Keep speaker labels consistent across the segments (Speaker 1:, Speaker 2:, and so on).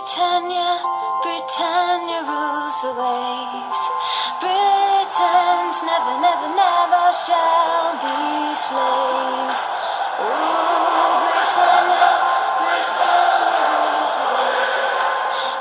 Speaker 1: Britannia, Britannia rules the waves. Britons never, never, never shall be slaves. Oh, Britannia, Britannia rules the waves.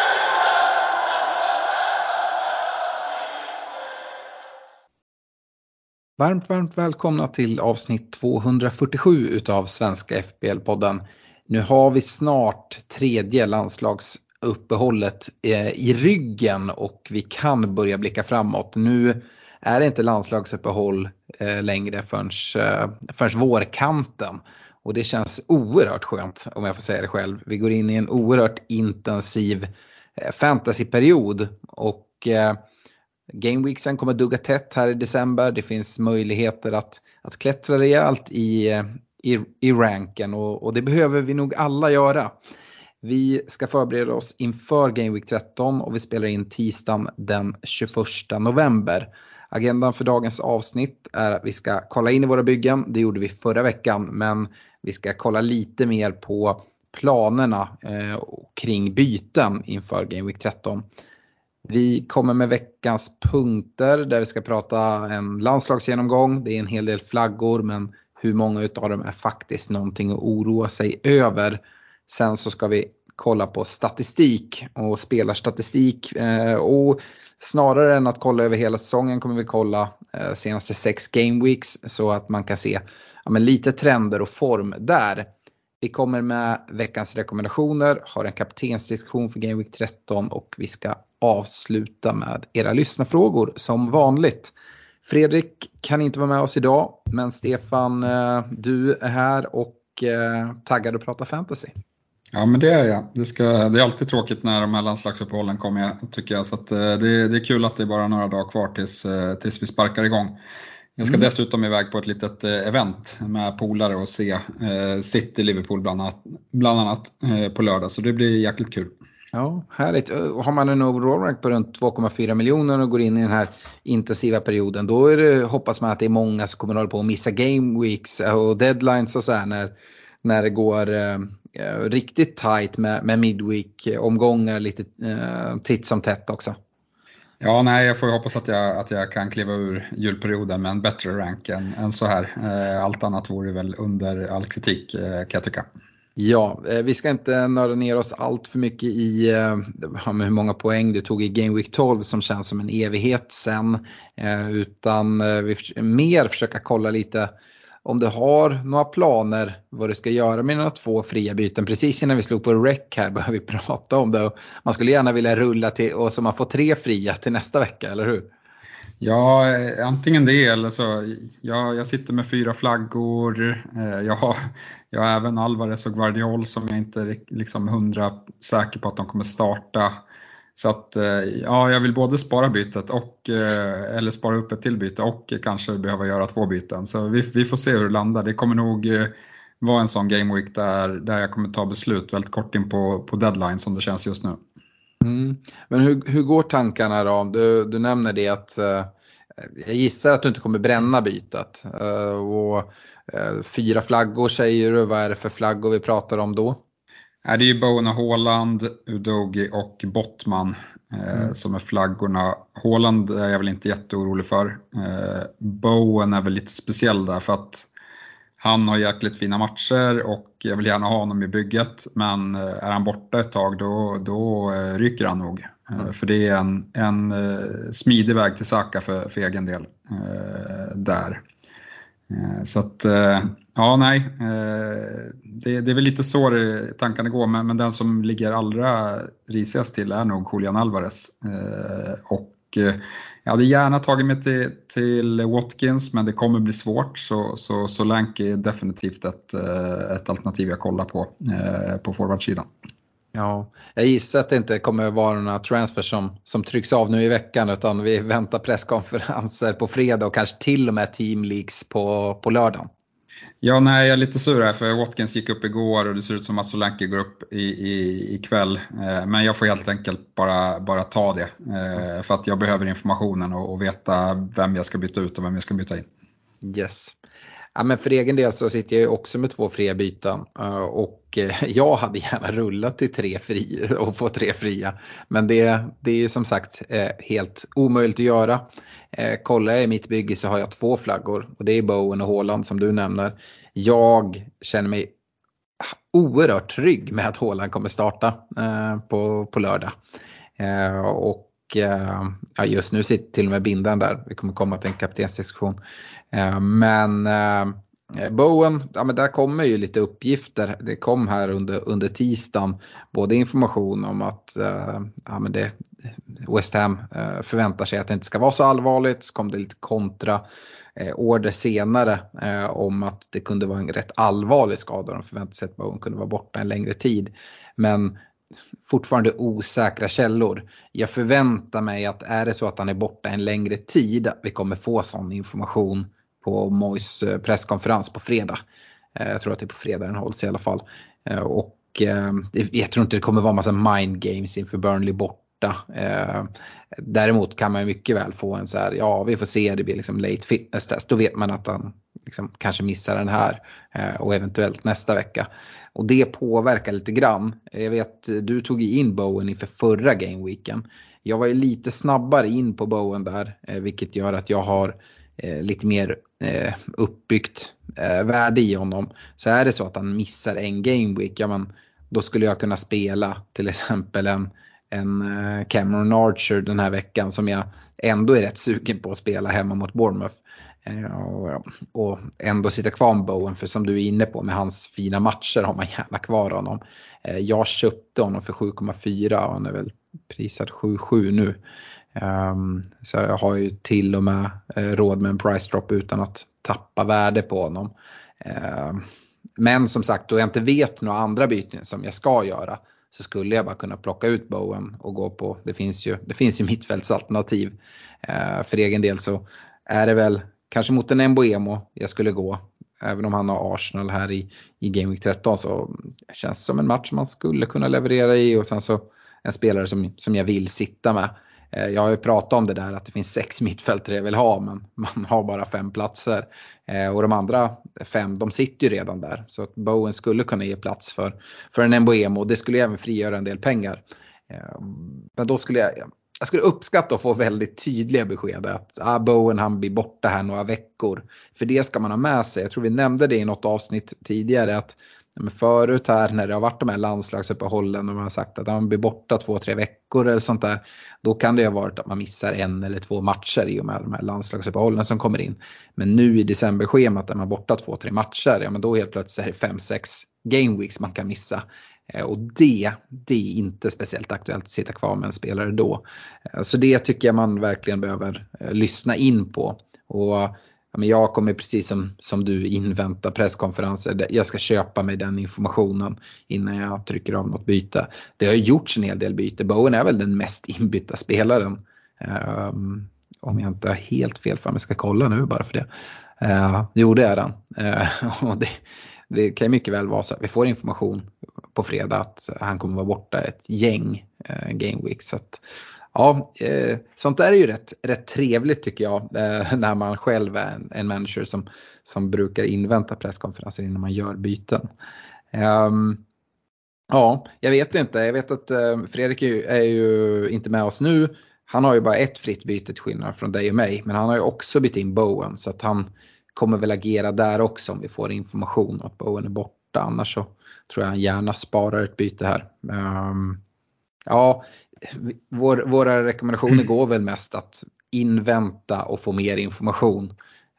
Speaker 2: Varmt välkomna till avsnitt 247 utav Svenska FBL-podden. Nu har vi snart tredje landslagsuppehållet i ryggen och vi kan börja blicka framåt. Nu är det inte landslagsuppehåll längre förrän vårkanten. Och det känns oerhört skönt om jag får säga det själv. Vi går in i en oerhört intensiv fantasyperiod och Gameweeksen kommer dugga tätt här i december. Det finns möjligheter att klättra rejält i ranken och det behöver vi nog alla göra. Vi ska förbereda oss inför Gameweek 13 och vi spelar in tisdagen den 21 november. Agendan för dagens avsnitt är att vi ska kolla in i våra byggen. Det gjorde vi förra veckan, men vi ska kolla lite mer på planerna kring byten inför Gameweek 13. Vi kommer med veckans punkter där vi ska prata en landslagsgenomgång. Det är en hel del flaggor, men hur många av dem är faktiskt någonting att oroa sig över. Sen så ska vi kolla på statistik och spelarstatistik. Och snarare än att kolla över hela säsongen kommer vi kolla senaste 6 gameweeks så att man kan se lite trender och form där. Vi kommer med veckans rekommendationer, har en kaptensdiskussion för Gameweek 13 och vi ska avsluta med era lyssnarfrågor som vanligt. Fredrik kan inte vara med oss idag, men Stefan, du är här och taggad att prata fantasy.
Speaker 3: Ja, men det är jag. Det är alltid tråkigt när de här landslagsuppehållen kommer, tycker jag. Så att, det är kul att det är bara några dagar kvar tills vi sparkar igång. Jag ska dessutom iväg på ett litet event med polare och se City Liverpool bland annat på lördag. Så det blir jäkligt kul.
Speaker 2: Ja, härligt. Har man en overall rank på runt 2,4 miljoner och går in i den här intensiva perioden, då hoppas man att det är många som kommer att hålla på att missa game weeks och deadlines och så här när det går riktigt tight med midweek omgångar lite titt som tätt också.
Speaker 3: Ja, nej, jag får hoppas att jag kan kliva ur julperioden med en bättre rank än så här. Allt annat vore väl under all kritik, kan jag tycka.
Speaker 2: Ja, vi ska inte nörda ner oss allt för mycket i hur många poäng du tog i Game Week 12 som känns som en evighet sen. Utan vi mer försöka kolla lite om du har några planer vad du ska göra med några 2 fria byten. Precis innan vi slog på rec här började vi prata om det. Man skulle gärna vilja rulla till och så man får 3 fria till nästa vecka, eller hur?
Speaker 3: Ja, antingen det eller så. Jag sitter med 4 flaggor. Jag har även Alvarez och Guardiol som jag inte är 100 säker på att de kommer starta. Så att jag vill både spara bytet eller spara upp ett till byte och kanske behöva göra 2 byten. Så vi får se hur det landar. Det kommer nog vara en sån game week där jag kommer ta beslut väldigt kort in på deadline som det känns just nu.
Speaker 2: Men hur går tankarna då? Du nämner det att jag gissar att du inte kommer bränna bytet. Och 4 flaggor säger du, vad är det för flaggor vi pratar om då?
Speaker 3: Det är ju Bowen och Haaland, Udogi och Bottman som är flaggorna. Haaland är jag väl inte jätteorolig för. Bowen är väl lite speciell där för att han har jäkligt fina matcher och jag vill gärna ha honom i bygget. Men är han borta ett tag då rycker han nog. För det är en smidig väg till Saka för egen del där. Så att, det är väl lite så tankarna går. Men den som ligger allra risigast till är nog Julian Alvarez. Och jag hade gärna tagit mig till Watkins, men det kommer bli svårt. Så Solanke är definitivt ett alternativ jag kollar på forwardsidan.
Speaker 2: Ja, jag gissar att det inte kommer att vara några transfers som trycks av nu i veckan, utan vi väntar presskonferenser på fredag och kanske till och med team leaks på lördagen.
Speaker 3: Ja, nej, jag är lite sur här för Watkins gick upp igår och det ser ut som att Solanke går upp ikväll. Men jag får helt enkelt bara ta det för att jag behöver informationen och veta vem jag ska byta ut och vem jag ska byta in.
Speaker 2: Yes. Ja, men för egen del så sitter jag ju också med 2 fria byten och jag hade gärna rullat till 3 fria och få 3 fria. Men det är som sagt helt omöjligt att göra. Kollar jag i mitt bygge så har jag 2 flaggor och det är Bowen och Haaland som du nämner. Jag känner mig oerhört trygg med att Haaland kommer starta på lördag. Och ja, just nu sitter till och med bindaren där. Vi kommer komma till en kaptensdiskussion. Men Bowen, ja, men där kommer ju lite uppgifter. Det kom här under tisdagen både information om att ja, men West Ham förväntar sig att det inte ska vara så allvarligt. Så kom det lite kontra order senare om att det kunde vara en rätt allvarlig skada. De förväntade sig att Bowen kunde vara borta en längre tid. Men fortfarande osäkra källor. Jag förväntar mig att är det så att han är borta en längre tid, vi kommer få sån information på Moyes presskonferens på fredag. Jag tror att det är på fredag den hålls i alla fall. Och jag tror inte det kommer vara massa mind games inför Burnley borta. Däremot kan man ju mycket väl få en så här, ja vi får se, det blir liksom late fitness test. Då vet man att han liksom kanske missar den här och eventuellt nästa vecka. Och det påverkar lite grann. Jag vet, du tog in Bowen inför förra gameweeken. Jag var ju lite snabbare in på Bowen där, vilket gör att jag har lite mer uppbyggt värde i honom. Så är det så att han missar en gameweek, ja, men då skulle jag kunna spela till exempel en Cameron Archer den här veckan som jag ändå är rätt sugen på att spela hemma mot Bournemouth. Och ändå sitta kvar med Bowen, för som du är inne på med hans fina matcher har man gärna kvar honom. Jag köpte honom för 7,4 och han är väl prisad 7,7 nu. Så jag har ju till och med råd med en price drop utan att tappa värde på honom. Men som sagt, då jag inte vet några andra byten som jag ska göra, så skulle jag bara kunna plocka ut Bowen och gå på, det finns ju mittfältsalternativ. För egen del så är det väl kanske mot en Mbeumo jag skulle gå. Även om han har Arsenal här i Game Week 13 så känns det som en match man skulle kunna leverera i. Och sen så en spelare som jag vill sitta med. Jag har ju pratat om det där att det finns 6 mittfältare jag vill ha, men man har bara 5 platser. Och de andra 5, de sitter ju redan där. Så att Bowen skulle kunna ge plats för en Mbeumo, och det skulle även frigöra en del pengar. Men då skulle jag skulle uppskatta att få väldigt tydliga besked att Bowen han blir borta här några veckor. För det ska man ha med sig. Jag tror vi nämnde det i något avsnitt tidigare att förut här när det har varit de här landslagsuppehållen och man har sagt att han blir borta 2-3 veckor eller sånt där, då kan det ju ha varit att man missar 1 eller 2 matcher i och med de här landslagsuppehållen som kommer in. Men nu i decemberschemat där man är borta 2-3 matcher, ja men då helt plötsligt är det 5-6 game weeks man kan missa. Och det är inte speciellt aktuellt att sitta kvar med en spelare då. Så det tycker jag man verkligen behöver lyssna in på. Och men jag kommer precis som du invänta presskonferenser. Jag ska köpa mig den informationen innan jag trycker av något byte. Det har gjorts en hel del byte. Bowen är väl den mest inbytta spelaren. Om jag inte har helt fel för mig, ska kolla nu bara för det. Jo, det är den. Och det kan mycket väl vara så att vi får information på fredag att han kommer vara borta ett gäng game weeks. Så att, ja, sånt där är ju rätt trevligt tycker jag, när man själv är en manager som brukar invänta presskonferenser innan man gör byten. Ja, jag vet inte. Jag vet att Fredrik är ju inte med oss nu. Han har ju bara ett fritt byte till skillnad från dig och mig, men han har ju också bytt in Bowen, så att han kommer väl agera där också om vi får information att Bowen är borta. Annars så tror jag han gärna sparar ett byte här. Ja, våra rekommendationer går väl mest att invänta och få mer information.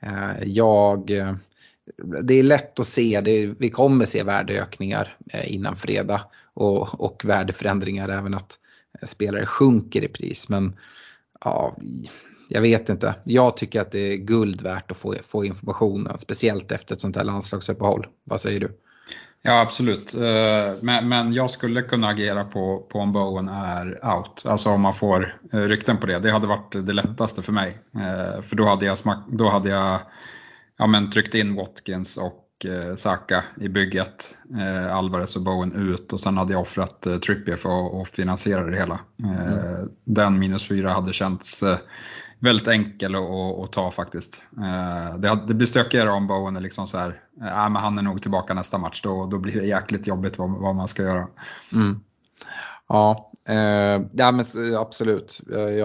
Speaker 2: Det är lätt att se, vi kommer se värdeökningar innan fredag och värdeförändringar, även att spelare sjunker i pris. Men ja, jag vet inte. Jag tycker att det är guld värt att få informationen, speciellt efter ett sånt här landslagsuppehåll. Vad säger du?
Speaker 3: Ja, absolut. Men jag skulle kunna agera på om Bowen är out. Alltså om man får rykten på det. Det hade varit det lättaste för mig. För då hade jag tryckt in Watkins och Saka i bygget. Alvarez och Bowen ut. Och sen hade jag offrat Trippier för att finansiera det hela. Den -4 hade känts väldigt enkel att ta faktiskt. Det blir stökigare om Bowen är liksom så här, men han är nog tillbaka nästa match, då blir det jäkligt jobbigt vad man ska göra.
Speaker 2: Ja, men absolut.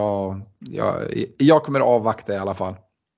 Speaker 2: Jag kommer avvakta i alla fall.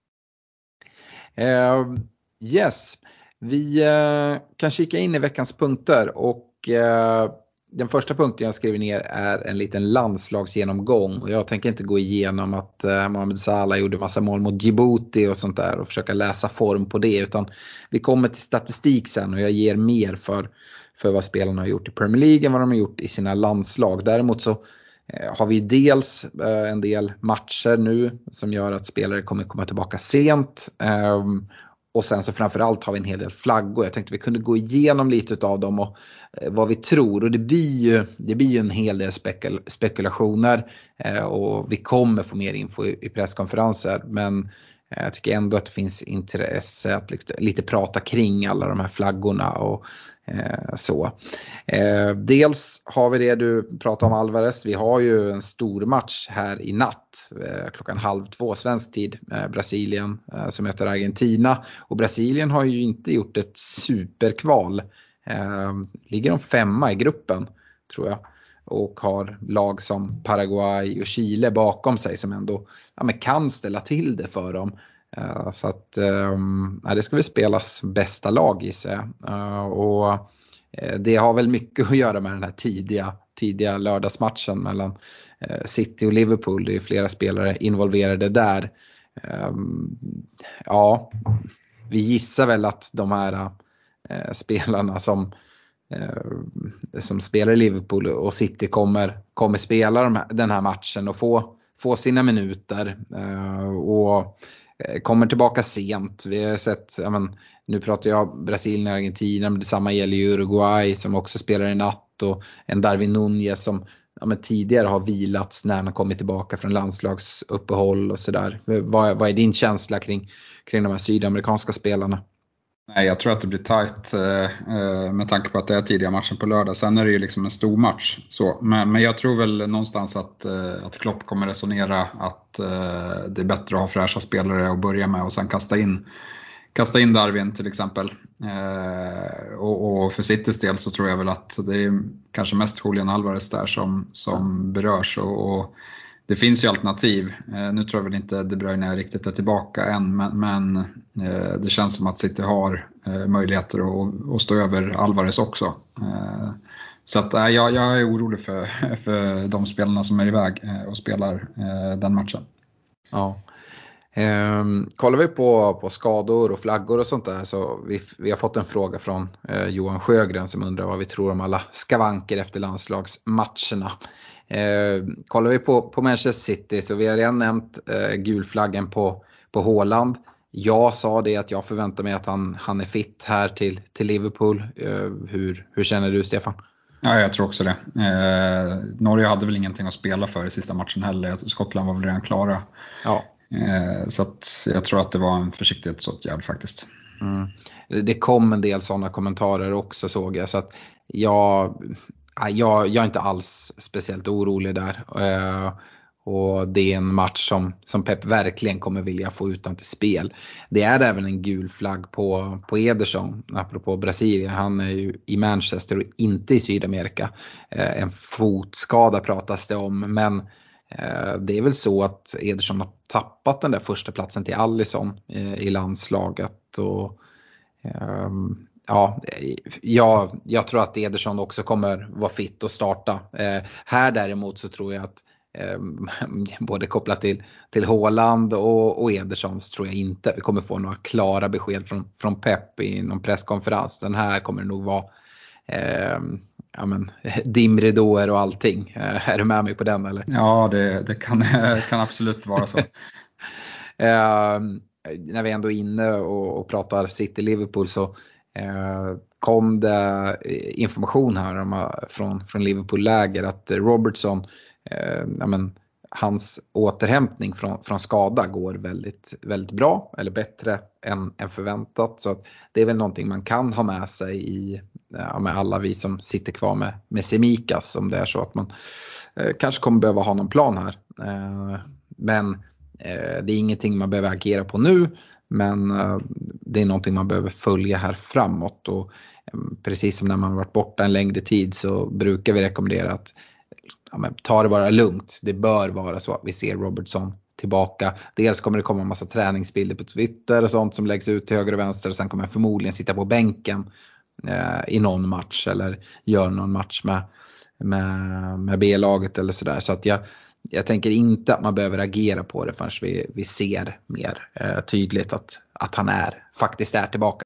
Speaker 2: Yes, vi kan kika in i veckans punkter och den första punkten jag skriver ner är en liten landslagsgenomgång. Och jag tänker inte gå igenom att Mohamed Salah gjorde massa mål mot Djibouti och sånt där och försöka läsa form på det, utan vi kommer till statistik sen och jag ger mer för vad spelarna har gjort i Premier League än vad de har gjort i sina landslag. Däremot så har vi dels en del matcher nu som gör att spelare kommer komma tillbaka sent. Och sen så framförallt har vi en hel del flaggor. Jag tänkte vi kunde gå igenom lite av dem och vad vi tror. Och det blir ju en hel del spekulationer. Och vi kommer få mer info i presskonferenser. Men jag tycker ändå att det finns intresse att lite prata kring alla de här flaggorna och så. Dels har vi det du pratade om, Alvarez. Vi har ju en stor match här i natt 1:30 svensk tid. Brasilien som möter Argentina. Och Brasilien har ju inte gjort ett superkval. Ligger de 5:a i gruppen tror jag. Och har lag som Paraguay och Chile bakom sig som ändå kan ställa till det för dem. Så att det ska väl spelas bästa lag i sig. Och det har väl mycket att göra med den här tidiga lördagsmatchen mellan City och Liverpool. Det är flera spelare involverade där. Ja, vi gissar väl att de här spelarna som spelar i Liverpool och City kommer spela den här matchen och få sina minuter och kommer tillbaka sent. Vi har sett, nu pratar jag Brasilien och Argentina, men detsamma gäller ju Uruguay som också spelar i natt, och en Darwin Núñez som tidigare har vilats när han har kommit tillbaka från landslagsuppehåll och sådär. Vad är din känsla kring de här sydamerikanska spelarna?
Speaker 3: Nej, jag tror att det blir tajt med tanke på att det är tidiga matchen på lördag. Sen är det ju liksom en stor match. Så. Men jag tror väl någonstans att Klopp kommer resonera att det är bättre att ha fräscha spelare att börja med och sen kasta in Darwin till exempel. Och för Citys del så tror jag väl att det är kanske mest Julian Alvarez där som berörs. Och det finns ju alternativ. Nu tror jag väl inte De Bruyne riktigt är tillbaka än, men det känns som att City har möjligheter att stå över Alvarez också. Så att jag är orolig för de spelarna som är iväg och spelar den matchen.
Speaker 2: Ja. Kollar vi på skador och flaggor och sånt där, så vi har fått en fråga från Johan Sjögren som undrar vad vi tror om alla skavanker efter landslagsmatcherna. Kollar vi på Manchester City, så vi har redan nämnt gulflaggen på Haaland. Jag sa det att jag förväntar mig att han är fit här till Liverpool. Hur känner du, Stefan?
Speaker 3: Ja, jag tror också det. Norge hade väl ingenting att spela för i sista matchen heller. Skottland var väl redan klara. Ja. Så att jag tror att det var en försiktighetsåtgärd faktiskt.
Speaker 2: Det kom en del sådana kommentarer också, såg jag. Så att jag är inte alls speciellt orolig där. Och det är en match som Pep verkligen kommer vilja få utan till spel. Det är även en gul flagg på Ederson, apropå Brasilien. Han är ju i Manchester och inte i Sydamerika. En fotskada pratas det om, men det är väl så att Ederson har tappat den där första platsen till Alisson i landslaget. Och jag tror att Ederson också kommer vara fit och starta. Här däremot så tror jag att både kopplat till Haaland och Edersons tror jag inte vi kommer få några klara besked från Pep i någon presskonferens. Den här kommer nog vara dimridåer och allting. Är du med mig på den eller?
Speaker 3: Ja, det kan absolut vara så.
Speaker 2: När vi ändå är inne och pratar City Liverpool, så kom det information här från Liverpool-läger att Robertson, hans återhämtning från skada går väldigt, väldigt bra, eller bättre än förväntat. Så att det är väl någonting man kan ha med sig med alla vi som sitter kvar med Semikas, om det är så att man kanske kommer behöva ha någon plan här. Men Det är ingenting man behöver agera på nu, men det är någonting man behöver följa här framåt. Och precis som när man varit borta en längre tid så brukar vi rekommendera att ta det bara lugnt. Det bör vara så att vi ser Robertson tillbaka. Dels kommer det komma en massa träningsbilder på Twitter och sånt som läggs ut till höger och vänster, och sen kommer jag förmodligen sitta på bänken i någon match eller gör någon match med B-laget eller sådär. Så att jag tänker inte att man behöver agera på det förrän vi ser mer tydligt att han faktiskt är tillbaka.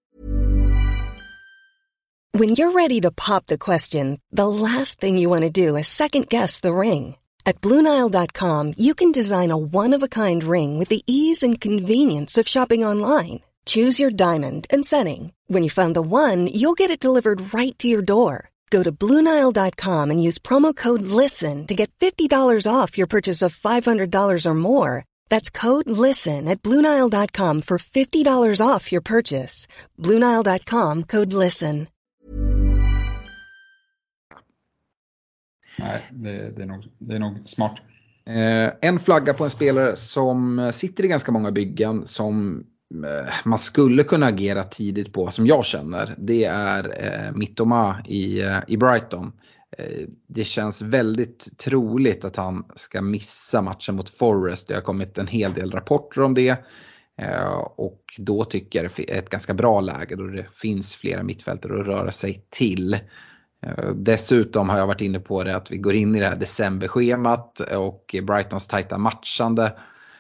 Speaker 4: When you're ready to pop the question, the last thing you want to do is second guess the ring. At BlueNile.com you can design a one-of-a-kind ring with the ease and convenience of shopping online. Choose your diamond and setting. When you find the one, you'll get it delivered right to your door. Go to BlueNile.com and use promo code LISTEN to get $50 off your purchase of $500 or more. That's code LISTEN at BlueNile.com for $50 off your purchase. BlueNile.com, code LISTEN.
Speaker 3: Nej, det är nog smart.
Speaker 2: En flagga på en spelare som sitter i ganska många byggen som man skulle kunna agera tidigt på, som jag känner, det är Mitoma i Brighton. Det känns väldigt troligt att han ska missa matchen mot Forest. Det har kommit en hel del rapporter om det. Och då tycker jag det är ett ganska bra läge då det finns flera mittfältare att röra sig till. Dessutom har jag varit inne på det att vi går in i det här decemberschemat och Brightons tajta matchande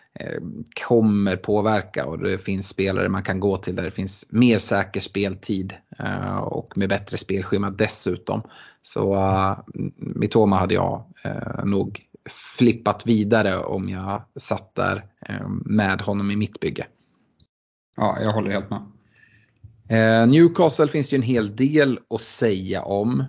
Speaker 2: kommer påverka, och det finns spelare man kan gå till där det finns mer säker speltid och med bättre spelschema dessutom. Så Mitoma hade jag nog flippat vidare om jag satt där med honom i mitt bygge.
Speaker 3: Ja, jag håller helt med.
Speaker 2: Newcastle finns ju en hel del att säga om.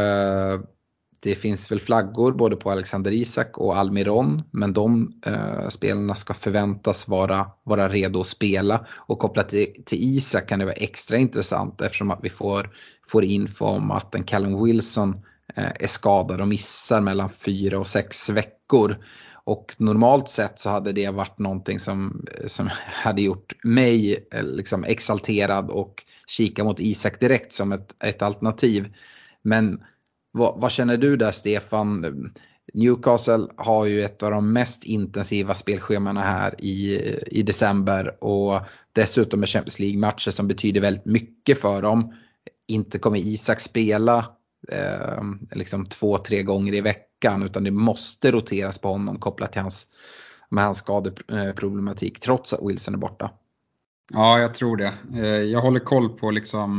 Speaker 2: Det finns väl flaggor både på Alexander Isak och Almiron, men de spelarna ska förväntas vara redo att spela. Och kopplat till Isak kan det vara extra intressant eftersom att vi får info om att en Callum Wilson är skadad och missar mellan 4 och 6 veckor. Och normalt sett så hade det varit någonting som hade gjort mig liksom exalterad och kika mot Isak direkt som ett alternativ. Men vad känner du där, Stefan? Newcastle har ju ett av de mest intensiva spelschemana här i december, och dessutom med Champions League-matcher som betyder väldigt mycket för dem. Inte kommer Isak spela liksom 2-3 gånger i veckan, utan det måste roteras på honom kopplat till hans skadeproblematik trots att Wilson är borta.
Speaker 3: Ja, jag tror det. Jag håller koll på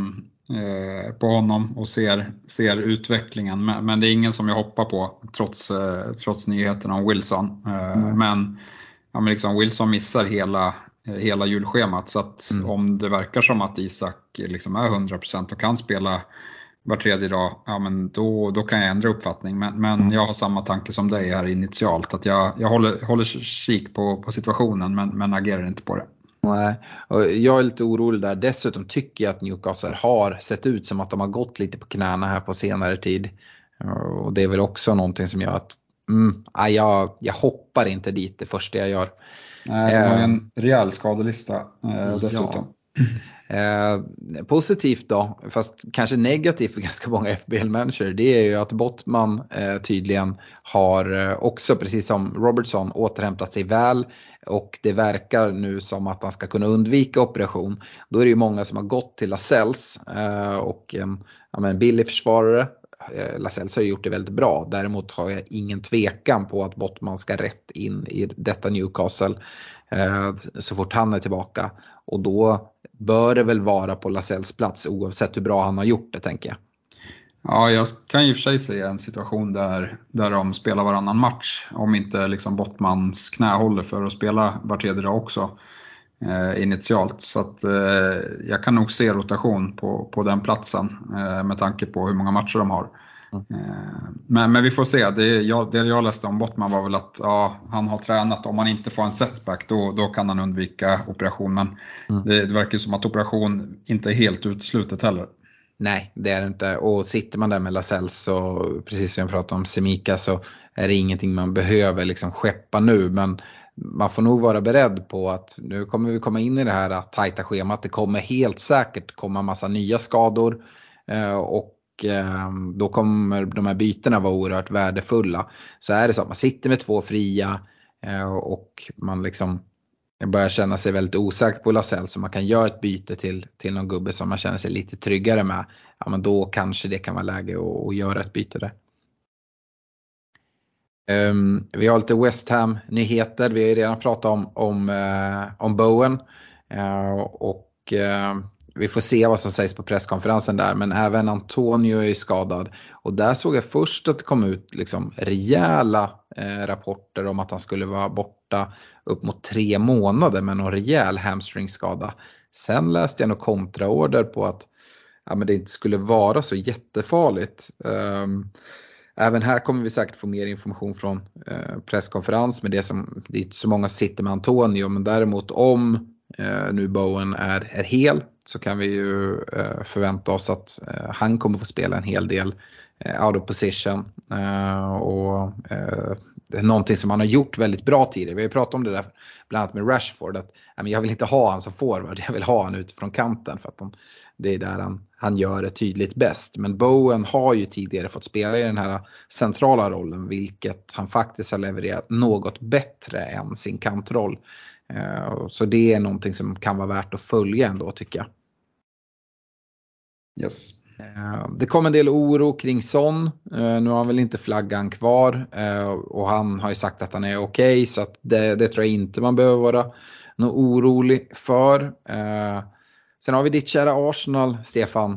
Speaker 3: på honom och ser utvecklingen, men det är ingen som jag hoppar på trots nyheterna om Wilson. Men liksom Wilson missar hela julschemat, så att om det verkar som att Isak liksom är 100% och kan spela var tredje dag, ja men då kan jag ändra uppfattning, men jag har samma tanke som dig här initialt, att jag håller kik på situationen men agerar inte på det.
Speaker 2: Nej, och jag är lite orolig där. Dessutom tycker jag att Newcastle har sett ut som att de har gått lite på knäna här på senare tid. Och det är väl också någonting som gör att jag hoppar inte dit det första jag gör.
Speaker 3: Nej, det var en rejäl skadelista dessutom.
Speaker 2: Positivt då, fast kanske negativt för ganska många FBL-människor, det är ju att Botman tydligen har också, precis som Robertson, återhämtat sig väl, och det verkar nu som att han ska kunna undvika operation. Då är det ju många som har gått till Lascelles och en billig försvarare. Lascelles har gjort det väldigt bra. Däremot har jag ingen tvekan på att Botman ska rätt in i detta Newcastle så fort han är tillbaka. Och då bör det väl vara på Lascelles plats oavsett hur bra han har gjort det, tänker jag.
Speaker 3: Ja, jag kan ju för sig se en situation där de spelar varannan match. Om inte liksom Botmans knä håller för att spela var tredje dag också initialt. Så att jag kan nog se rotation på den platsen med tanke på hur många matcher de har. Men vi får se. Det jag läste om Botman var väl att han har tränat. Om han inte får en setback då kan han undvika operation. Men det verkar som att operation inte är helt uteslutet heller.
Speaker 2: Nej, det är det inte. Och sitter man där med Lascelles, så precis som jag pratade om Semika, så är det ingenting man behöver liksom skeppa nu. Men man får nog vara beredd på att nu kommer vi komma in i det här tajta schemat. Det kommer helt säkert komma en massa nya skador och då kommer de här bytena vara oerhört värdefulla. Så är det så att man sitter med 2 fria och man liksom börjar känna sig väldigt osäker på Lascelles, så man kan göra ett byte till någon gubbe som man känner sig lite tryggare med. Ja, men då kanske det kan vara läge att göra ett byte där. Vi har lite West Ham-nyheter. Vi har ju redan pratat om Bowen och vi får se vad som sägs på presskonferensen där. Men även Antonio är skadad. Och där såg jag först att det kom ut liksom rejäla rapporter om att han skulle vara borta upp mot 3 månader med någon rejäl hamstringskada. Sen läste jag några kontraorder på att men det inte skulle vara så jättefarligt. Även här kommer vi säkert få mer information från presskonferens. Men det är inte så många som sitter med Antonio. Men däremot om nu Bowen är hel, så kan vi ju förvänta oss att han kommer få spela en hel del out of position. Och det är någonting som han har gjort väldigt bra tidigare. Vi har ju pratat om det där bland annat med Rashford. Att jag vill inte ha han som forward, jag vill ha han utifrån kanten. För att det är där han gör det tydligt bäst. Men Bowen har ju tidigare fått spela i den här centrala rollen, vilket han faktiskt har levererat något bättre än sin kantroll. Så det är någonting som kan vara värt att följa ändå, tycker jag.
Speaker 3: Yes.
Speaker 2: Det kom en del oro kring Son. Nu har han väl inte flaggan kvar. Och han har ju sagt att han är okej. Så att det tror jag inte man behöver vara något orolig för. Sen har vi ditt kära Arsenal, Stefan.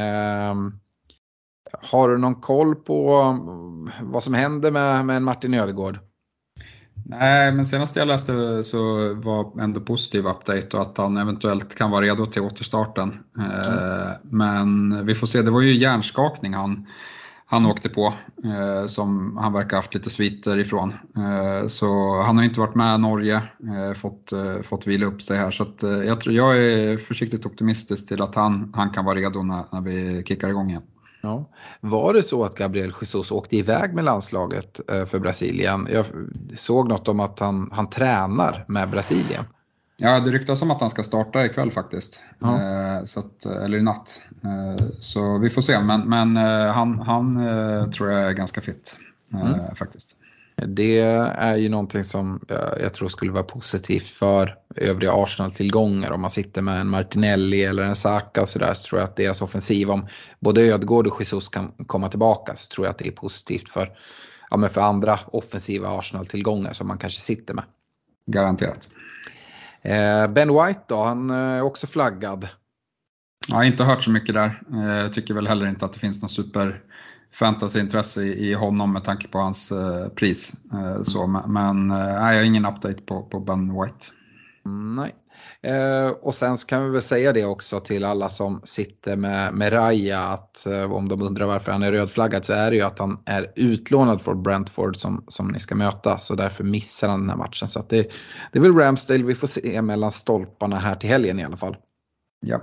Speaker 2: Har du någon koll på vad som händer med en Martin Ödegaard?
Speaker 3: Nej, men senast jag läste så var ändå positiv update och att han eventuellt kan vara redo till återstarten. Men vi får se, det var ju hjärnskakning han åkte på, som han verkar haft lite sviter ifrån. Så han har inte varit med i Norge, fått vila upp sig här. Så att, jag är försiktigt optimistisk till att han kan vara redo när vi kickar igång igen.
Speaker 2: Ja. Var det så att Gabriel Jesus åkte iväg med landslaget för Brasilien? Jag såg något om att han tränar med Brasilien.
Speaker 3: Ja, det ryktas om att han ska starta ikväll faktiskt.
Speaker 2: Ja.
Speaker 3: Eller i natt. Så vi får se. Men han tror jag är ganska fit faktiskt.
Speaker 2: Det är ju någonting som jag tror skulle vara positivt för övriga Arsenal-tillgångar. Om man sitter med en Martinelli eller en Saka och sådär, så tror jag att deras offensiv, om både Ödegaard och Jesus kan komma tillbaka, så tror jag att det är positivt för andra offensiva Arsenal-tillgångar som man kanske sitter med.
Speaker 3: Garanterat.
Speaker 2: Ben White då, han är också flaggad.
Speaker 3: Jag har inte hört så mycket där. Jag tycker väl heller inte att det finns någon super fantasyintresse i honom med tanke på hans pris. Men jag har ingen update på Ben White.
Speaker 2: Nej. Och sen så kan vi väl säga det också till alla som sitter med Raya, att om de undrar varför han är rödflaggad, så är det ju att han är utlånad för Brentford som ni ska möta. Så därför missar han den här matchen. Så att det är väl Ramsdale vi får se mellan stolparna här till helgen i alla fall.
Speaker 3: Ja.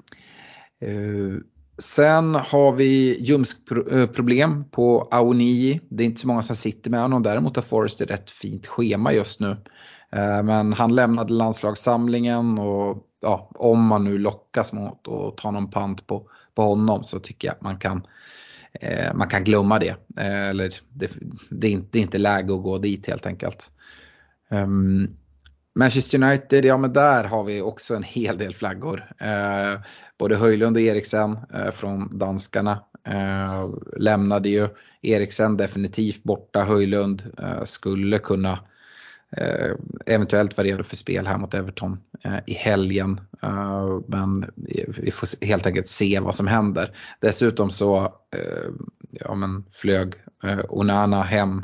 Speaker 2: Sen har vi ljumskproblem på Awoniyi. Det är inte så många som sitter med honom. Däremot har Forrest ett rätt fint schema just nu. Men han lämnade landslagssamlingen, och om man nu lockas mot att ta någon pant på honom, så tycker jag att man kan glömma det. Eller det är inte läge att gå dit helt enkelt. Manchester United, men där har vi också en hel del flaggor. Både Højlund och Eriksen från danskarna lämnade ju. Eriksen definitivt borta. Højlund skulle kunna eventuellt vara redo för spel här mot Everton i helgen. Men vi får helt enkelt se vad som händer. Dessutom så flög Onana hem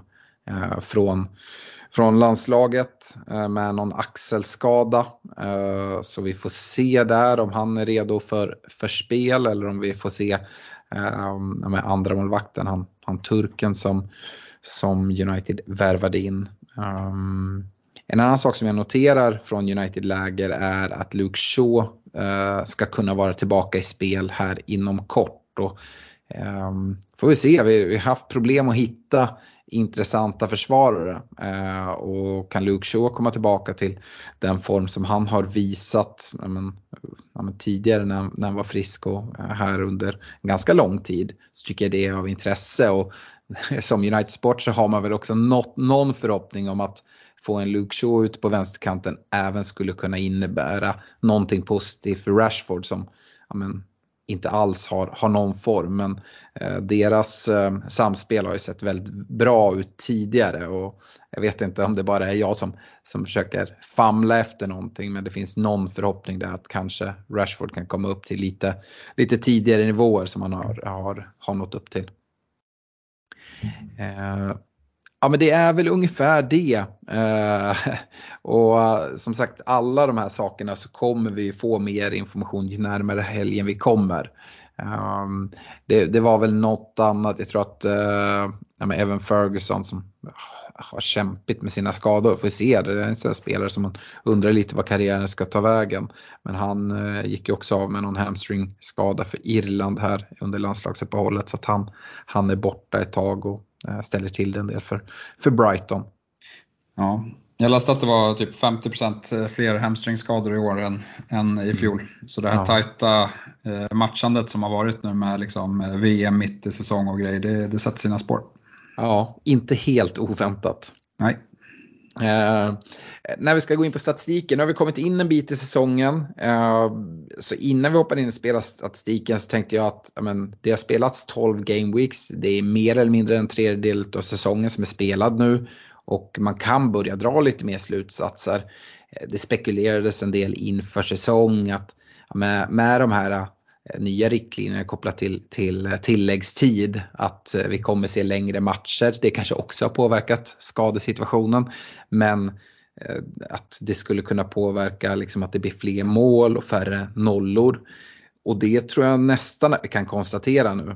Speaker 2: från landslaget med någon axelskada. Så vi får se där om han är redo för spel, eller om vi får se med andra målvakten, han turken som United värvade in. En annan sak som jag noterar från United-läger är att Luke Shaw ska kunna vara tillbaka i spel här inom kort. Och Får vi se, vi har haft problem att hitta intressanta försvarare, och kan Luke Shaw komma tillbaka till den form som han har visat tidigare när han var frisk och här under en ganska lång tid, så tycker jag det är av intresse. Och som United Sport så har man väl också någon förhoppning om att få en Luke Shaw ut på vänsterkanten även skulle kunna innebära någonting positivt för Rashford som inte alls har någon form, men deras samspel har ju sett väldigt bra ut tidigare, och jag vet inte om det bara är jag som försöker famla efter någonting, men det finns någon förhoppning där att kanske Rashford kan komma upp till lite tidigare nivåer som han har nått upp till. Ja, men det är väl ungefär det. Och som sagt, alla de här sakerna så kommer vi få mer information ju närmare helgen vi kommer. Det var väl något annat, jag tror att Evan Ferguson som har kämpigt med sina skador, får se, det är en sån spelare som man undrar lite vad karriären ska ta vägen, men han gick ju också av med någon hamstring-skada för Irland här under landslagsuppehållet, så att han är borta ett tag och ställer till det en del för Brighton.
Speaker 3: Ja, jag läste att det var typ 50% fler hamstringskador i år än i fjol. Så det här tajta matchandet som har varit nu med liksom VM mitt i säsong och grejer, det sätter sina spår.
Speaker 2: Ja, inte helt oväntat.
Speaker 3: Nej.
Speaker 2: När vi ska gå in på statistiken, nu har vi kommit in en bit i säsongen, så innan vi hoppar in och spelar statistiken så tänkte jag att det har spelats 12 game weeks, det är mer eller mindre en tredjedel av säsongen som är spelad nu, och man kan börja dra lite mer slutsatser. Det spekulerades en del inför säsong att med de här nya riktlinjerna kopplat till tilläggstid, att vi kommer se längre matcher. Det kanske också har påverkat skadesituationen, men att det skulle kunna påverka liksom att det blir fler mål och färre nollor. Och det tror jag nästan vi kan konstatera nu,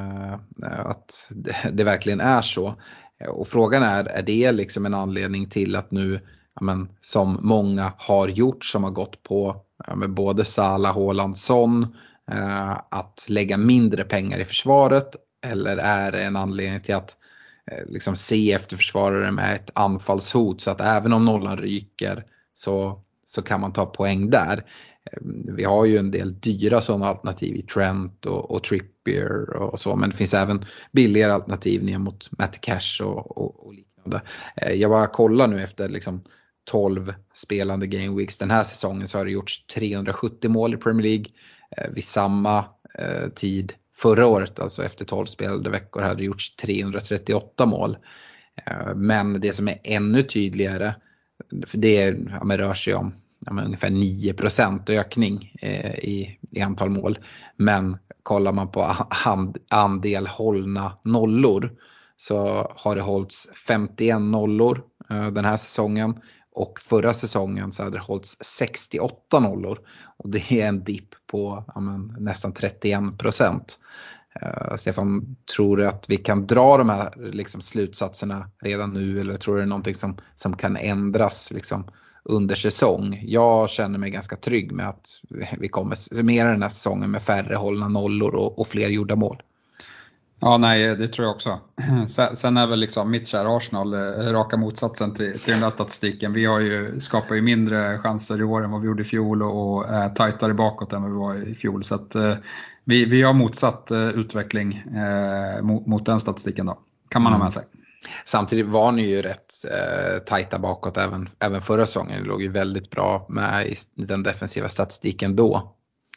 Speaker 2: att det verkligen är så. Och frågan är det liksom en anledning till att nu, som många har gjort som har gått på med både Salah, Haaland, Son, att lägga mindre pengar i försvaret, eller är det en anledning till att liksom se efter försvarare med ett anfallshot, så att även om nollan ryker så kan man ta poäng där. Vi har ju en del dyra sådana alternativ i Trent och Trippier och så, men det finns även billigare alternativ ner mot Matty Cash och liknande. Jag bara kollar nu efter liksom 12 spelande game weeks den här säsongen, så har det gjorts 370 mål i Premier League. Vid samma tid förra året, alltså efter 12 spelade veckor, hade det gjorts 338 mål. Men det som är ännu tydligare, för det rör sig om ungefär 9% ökning i antal mål. Men kollar man på andel hållna nollor, så har det hållits 51 nollor den här säsongen. Och förra säsongen så hade det hållits 68 nollor. Och det är en dipp på nästan 31%. Stefan, tror du att vi kan dra de här liksom slutsatserna redan nu, eller tror du det är någonting som kan ändras liksom under säsong? Jag känner mig ganska trygg med att vi kommer summera den här säsongen med färre hållna nollor och fler gjorda mål.
Speaker 3: Ja, nej, det tror jag också. Sen är väl liksom mitt kära Arsenal raka motsatsen till den där statistiken. Vi skapar ju mindre chanser i år än vad vi gjorde i fjol, och är tajtare bakåt än vad vi var i fjol. Så att vi har motsatt utveckling mot den statistiken då, kan man ha med sig.
Speaker 2: Samtidigt var ni ju rätt tajta bakåt även förra säsongen. Det låg ju väldigt bra med i den defensiva statistiken då.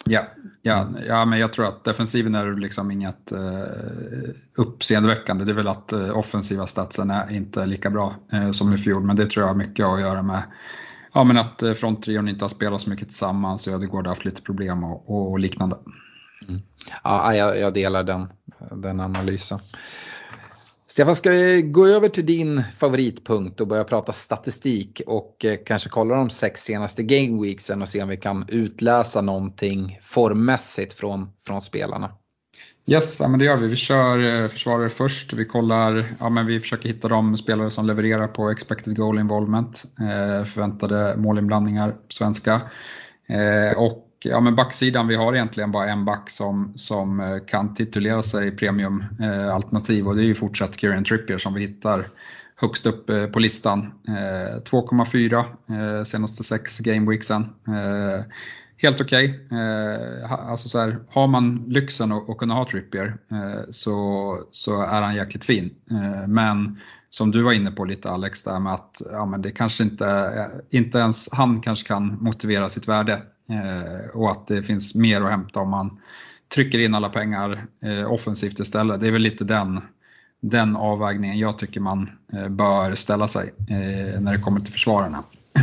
Speaker 2: Ja, men jag tror att defensiven är liksom inget uppseendeväckande. Det är väl att offensiva statsen är inte lika bra som i fjol, men det tror jag har mycket att göra med men att fronttrion inte har spelat så mycket tillsammans, och det går haft lite problem och liknande. Ja, jag delar den analysen. Stefan, ska vi gå över till din favoritpunkt och börja prata statistik och kanske kolla de 6 senaste game weeksen och se om vi kan utläsa någonting formmässigt från spelarna?
Speaker 3: Yes, men det gör vi. Vi kör försvarare först. Vi kollar, men vi försöker hitta de spelare som levererar på expected goal involvement, förväntade målinblandningar på svenska. Och ja, men backsidan, vi har egentligen bara en back som kan titulera sig premium alternativ, och det är ju fortsatt Kieran Trippier som vi hittar högst upp på listan. 2,4 senaste 6 gameweeksen. Helt okej. Alltså så här, har man lyxen att kunna ha Trippier så är han jäkligt fin. Men som du var inne på lite, Alex, där med att ja, men det kanske inte ens han kanske kan motivera sitt värde, och att det finns mer att hämta om man trycker in alla pengar offensivt istället. Det är väl lite den avvägningen jag tycker man bör ställa sig när det kommer till försvararna.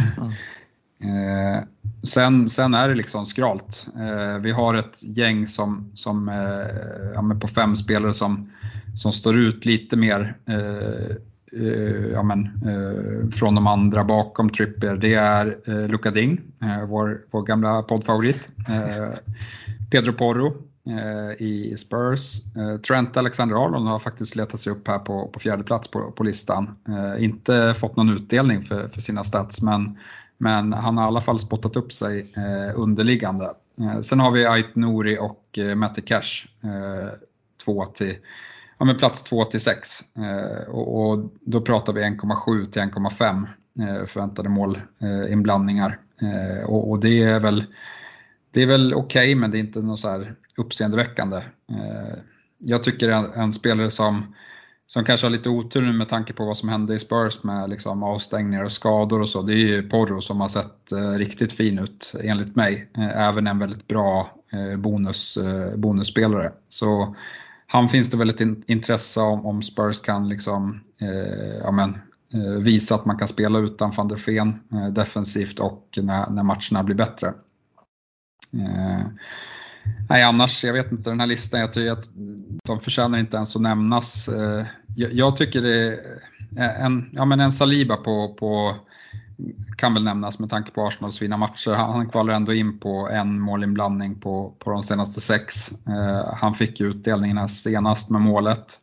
Speaker 3: Sen är det liksom skralt. Vi har ett gäng som på 5 spelare som står ut lite mer från de andra bakom Trippier. Det är Luka Ding, vår gamla poddfavorit, Pedro Porro i Spurs, Trent Alexander-Arnold har faktiskt letat sig upp här på 4:e plats på listan. Inte fått någon utdelning för sina stats, men han har i alla fall spottat upp sig underliggande. Sen har vi Ait Nouri och Matty Cash, plats 2-6. Och då pratar vi 1,7 till 1,5 förväntade målinblandningar. Och det är väl okej, men det är inte något så här uppseendeväckande. Jag tycker en spelare som kanske har lite otur nu med tanke på vad som hände i Spurs med liksom avstängningar och skador och så. Det är ju Porro som har sett riktigt fin ut enligt mig. Även en väldigt bra bonusspelare. Så han finns det väl ett intresse om Spurs kan liksom, visa att man kan spela utan Van der Ven defensivt och när matcherna blir bättre. Nej, annars, jag vet inte, den här listan, jag tycker att de förtjänar inte ens att nämnas. Jag tycker det är en Saliba på kan väl nämnas med tanke på Arsenals fina matcher. Han kvalar ändå in på en målinblandning på de senaste 6. Han fick utdelningen här senast med målet.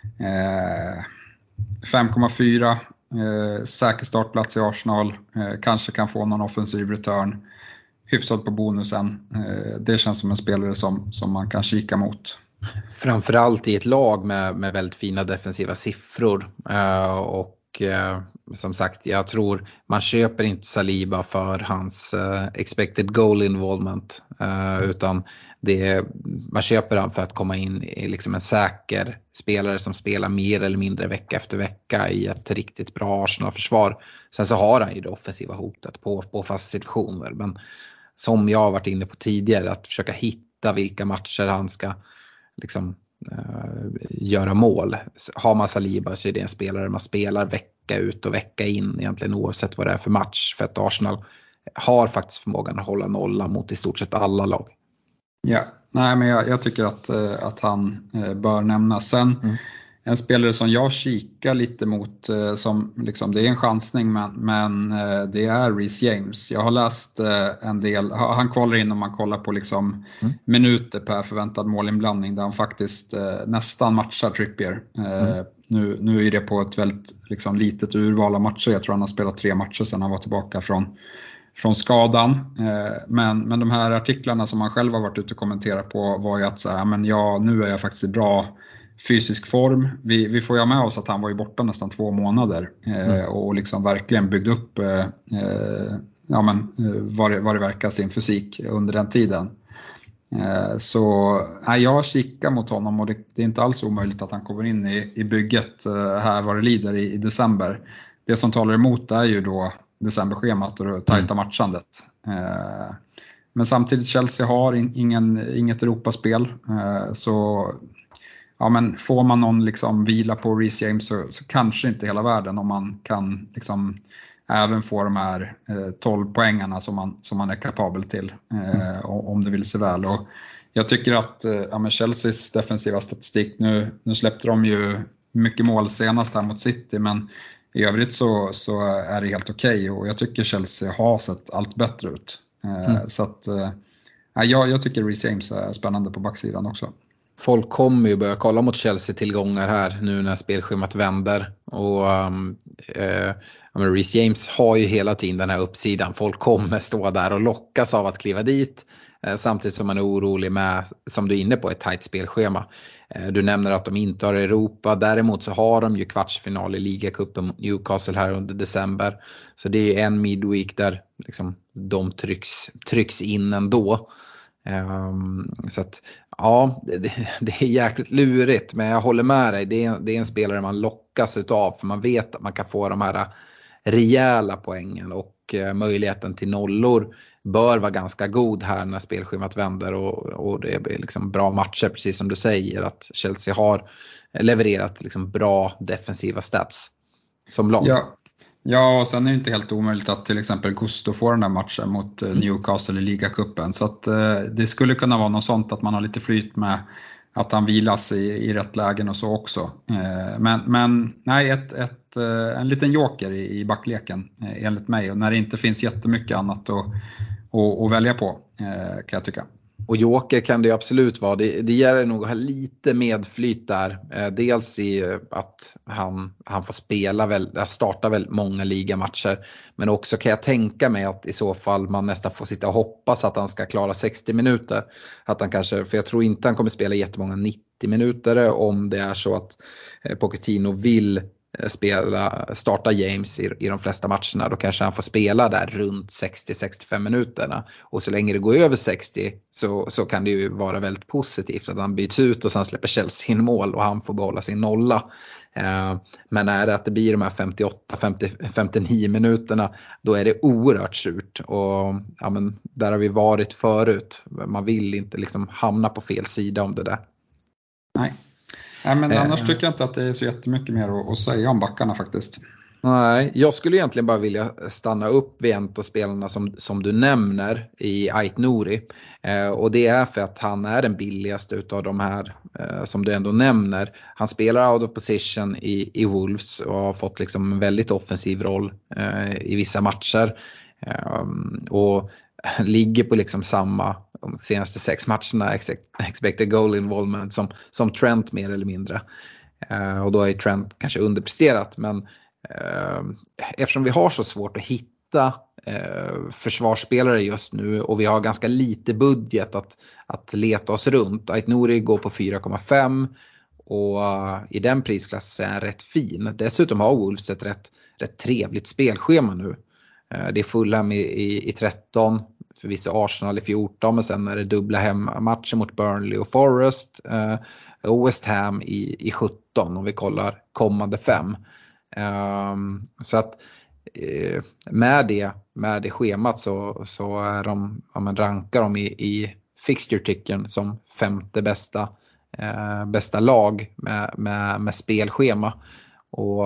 Speaker 3: 5,4 säker startplats i Arsenal. Kanske kan få någon offensiv return. Hyfsat på bonusen. Det känns som en spelare som man kan kika mot.
Speaker 2: Framförallt i ett lag med väldigt fina defensiva siffror. Och som sagt, jag tror man köper inte Saliba för hans expected goal involvement. Utan man köper han för att komma in i liksom en säker spelare som spelar mer eller mindre vecka efter vecka i ett riktigt bra Arsenal-försvar. Sen så har han ju det offensiva hotet på fast situationer. Men som jag har varit inne på tidigare, att försöka hitta vilka matcher han ska liksom göra mål. Har man Saliba så är det en spelare man spelar vecka ut och vecka in egentligen oavsett vad det är för match. För att Arsenal har faktiskt förmågan att hålla nolla mot i stort sett alla lag.
Speaker 3: Ja, nej, men jag tycker att han bör nämnas. Sen en spelare som jag kikar lite mot, som liksom, det är en chansning, men det är Reece James. Jag har läst en del, han kvalar in om man kollar på liksom minuter per förväntad målinblandning, där han faktiskt nästan matchar Trippier. Nu är det på ett väldigt liksom litet urval av matcher. Jag tror han har spelat 3 matcher sedan han var tillbaka från skadan. Men de här artiklarna som han själv har varit ute och kommenterat på var ju att så här, men nu är jag faktiskt i bra fysisk form. Vi får ju med oss att han var ju borta nästan 2 månader och liksom verkligen byggde upp vad det verkar sin fysik under den tiden. Så jag kikar mot honom, och det är inte alls omöjligt att han kommer in i bygget här vad det lider i december. Det som talar emot är ju då decemberschemat och det tajta matchandet. Men samtidigt Chelsea har inget Europaspel, så ja, men får man någon liksom vila på Reece James så kanske inte hela världen, om man kan liksom även få de här 12 poängarna som man är kapabel till, om det vill sig väl. Och jag tycker att Chelseas defensiva statistik, nu släppte de ju mycket mål senast här mot City, men i övrigt så är det helt okej, och jag tycker Chelsea har sett allt bättre ut. Så att jag tycker Reece James är spännande på backsidan också.
Speaker 2: Folk kommer ju börja kolla mot Chelsea-tillgångar här nu när spelschemat vänder. Och Reece James har ju hela tiden den här uppsidan. Folk kommer stå där och lockas av att kliva dit. Samtidigt som man är orolig med, som du är inne på, ett tajt spelschema. Du nämner att de inte har Europa. Däremot så har de ju kvartsfinal i ligacupen mot Newcastle här under december. Så det är en midweek där liksom de trycks in ändå. Så att ja, det är jäkligt lurigt, men jag håller med dig. Det är en spelare man lockas utav, för man vet att man kan få de här rejäla poängen, och möjligheten till nollor bör vara ganska god här när spelschemat vänder och det blir liksom bra matcher, precis som du säger att Chelsea har levererat liksom bra defensiva stats som lag.
Speaker 3: Ja, och sen är det inte helt omöjligt att till exempel Gusto får den där matchen mot Newcastle i ligacupen. Så att det skulle kunna vara något sånt att man har lite flyt med att han vilas i rätt lägen och så också. Men nej, en liten joker i backleken enligt mig. Och när det inte finns jättemycket annat att välja på, kan jag tycka.
Speaker 2: Och joker kan det absolut vara. Det gäller nog att ha lite medflyt där. Dels i att han får starta väldigt många ligamatcher. Men också kan jag tänka mig att i så fall man nästan får sitta och hoppas att han ska klara 60 minuter. Att han kanske, för jag tror inte han kommer spela jättemånga 90 minuter om det är så att Pochettino vill starta James i de flesta matcherna. Då kanske han får spela där runt 60-65 minuterna, och så länge det går över 60 så kan det ju vara väldigt positivt att han byts ut och sen släpper Chelsea in mål och han får behålla sin nolla. Men är det att det blir de här 58-59 minuterna, då är det oerhört surt, och ja, men där har vi varit förut. Man vill inte liksom hamna på fel sida om det där.
Speaker 3: Nej, men annars tycker jag inte att det är så jättemycket mer att säga om backarna faktiskt.
Speaker 2: Nej, jag skulle egentligen bara vilja stanna upp vid en av spelarna som du nämner i Ait Nouri. Och det är för att han är den billigaste utav de här som du ändå nämner. Han spelar out of position i Wolves och har fått liksom en väldigt offensiv roll i vissa matcher. Och ligger på liksom samma, de senaste 6 matcherna, expected goal involvement som Trent mer eller mindre. Och då är Trent kanske underpresterat, men eftersom vi har så svårt att hitta försvarsspelare just nu och vi har ganska lite budget att leta oss runt. Ait Nouri går på 4,5 och i den prisklassen är rätt fin. Dessutom har Wolves ett rätt trevligt spelschema nu. Det är Fulham i 13, förvisso Arsenal i 14, men sen är det dubbla hemmatcher mot Burnley och Forest, och West Ham i 17 om vi kollar kommande 5. Så att med det schemat så är de, rankar de i fixture-ticken som 5:e bästa lag med spelschema. Och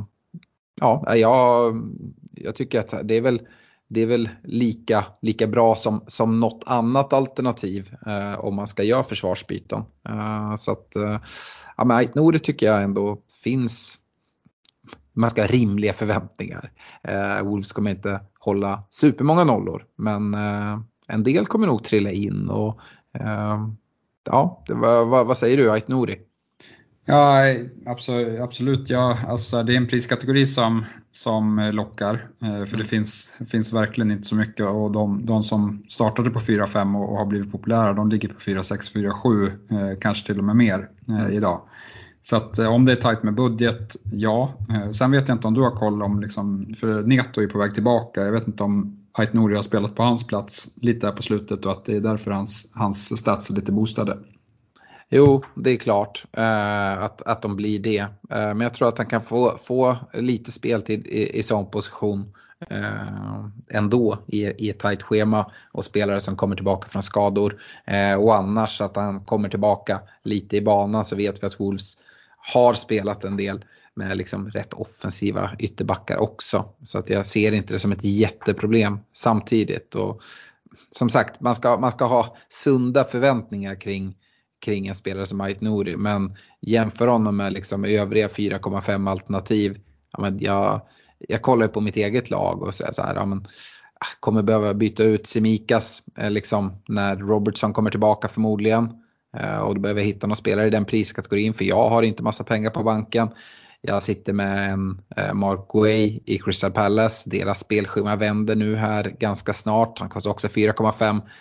Speaker 2: ja, jag tycker att det är väl lika bra som något annat alternativ om man ska göra försvarsbyten. Så att men Ait Nouri tycker jag ändå finns. Man ska ha rimliga förväntningar. Wolves kommer inte hålla supermånga nollor, men en del kommer nog trilla in. Och vad säger du, Ait Nouri?
Speaker 3: Ja, absolut. Ja, alltså, det är en priskategori som lockar. För det finns verkligen inte så mycket. Och de som startade på 4-5 och har blivit populära, de ligger på 4-6, 4-7, kanske till och med mer idag. Så att om det är tajt med budget, ja. Sen vet jag inte om du har koll om, liksom, för Neto är på väg tillbaka. Jag vet inte om Ait Nouri har spelat på hans plats lite här på slutet och att det är därför hans stats är lite boostade.
Speaker 2: Jo, det är klart att de blir det. Men jag tror att han kan få lite speltid i sån position ändå i ett tajt schema och spelare som kommer tillbaka från skador. Och annars att han kommer tillbaka lite i banan, så vet vi att Wolves har spelat en del med liksom rätt offensiva ytterbackar också. Så att jag ser inte det som ett jätteproblem samtidigt. Och som sagt, man ska ha sunda förväntningar kring en spelare som Ait Nouri, men jämför honom med liksom övriga 4,5 alternativ. Jag kollar på mitt eget lag och säger så här, kommer behöva byta ut Simikas liksom när Robertson kommer tillbaka förmodligen, och då behöver jag hitta någon spelare i den priskategorin, för jag har inte massa pengar på banken. Jag sitter med en Mark Guay i Crystal Palace. Deras spelschema vänder nu här ganska snart. Han kostar också 4,5.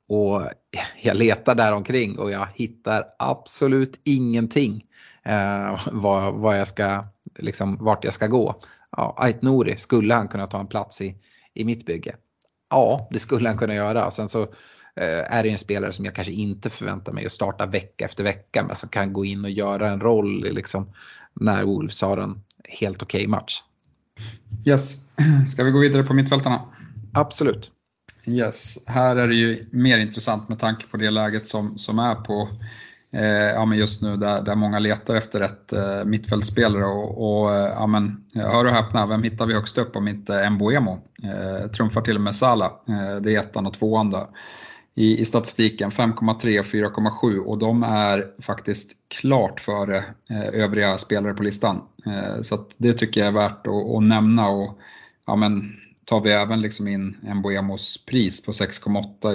Speaker 2: Och jag letar där omkring och jag hittar absolut ingenting vad jag ska, liksom, vart jag ska gå. Ja, Ait Nouri, skulle han kunna ta en plats i mitt bygge? Ja, det skulle han kunna göra. Sen så är det en spelare som jag kanske inte förväntar mig att starta vecka efter vecka, men som kan gå in och göra en roll liksom, när Wolves har en helt okej match.
Speaker 3: Yes, ska vi gå vidare på mittfältarna?
Speaker 2: Absolut.
Speaker 3: Yes, här är det ju mer intressant med tanke på det läget som är på men just nu där många letar efter ett mittfältspelare och hör och häpna, vem hittar vi högst upp om inte Mbeumo? Trumfar till och med Salah, det är 1:an och 2:an där i statistiken, 5,3 och 4,7, och de är faktiskt klart före övriga spelare på listan. Så att det tycker jag är värt att nämna, och tar vi även liksom in Mbeumos pris på 6,8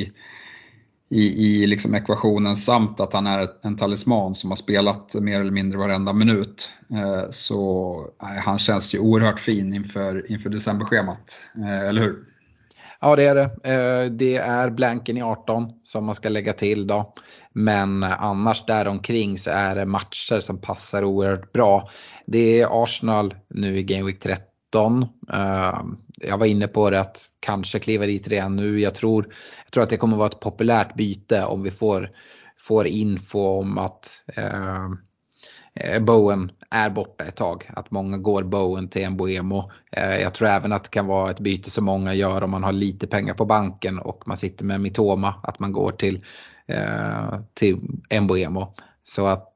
Speaker 3: i liksom ekvationen, samt att han är en talisman som har spelat mer eller mindre varenda minut, så han känns ju oerhört fin inför decemberschemat, eller hur?
Speaker 2: Ja, det är det. Det är blanken i 18 som man ska lägga till då. Men annars där omkring så är det matcher som passar oerhört bra. Det är Arsenal nu i Game Week 13. Jag var inne på det att kanske kliva dit redan nu. Jag tror att det kommer vara ett populärt byte om vi får info om att Bowen är borta ett tag. Att många går Bowen till Mbeumo. Jag tror även att det kan vara ett byte som många gör om man har lite pengar på banken och man sitter med Mitoma. Att man går till Mbeumo. Så att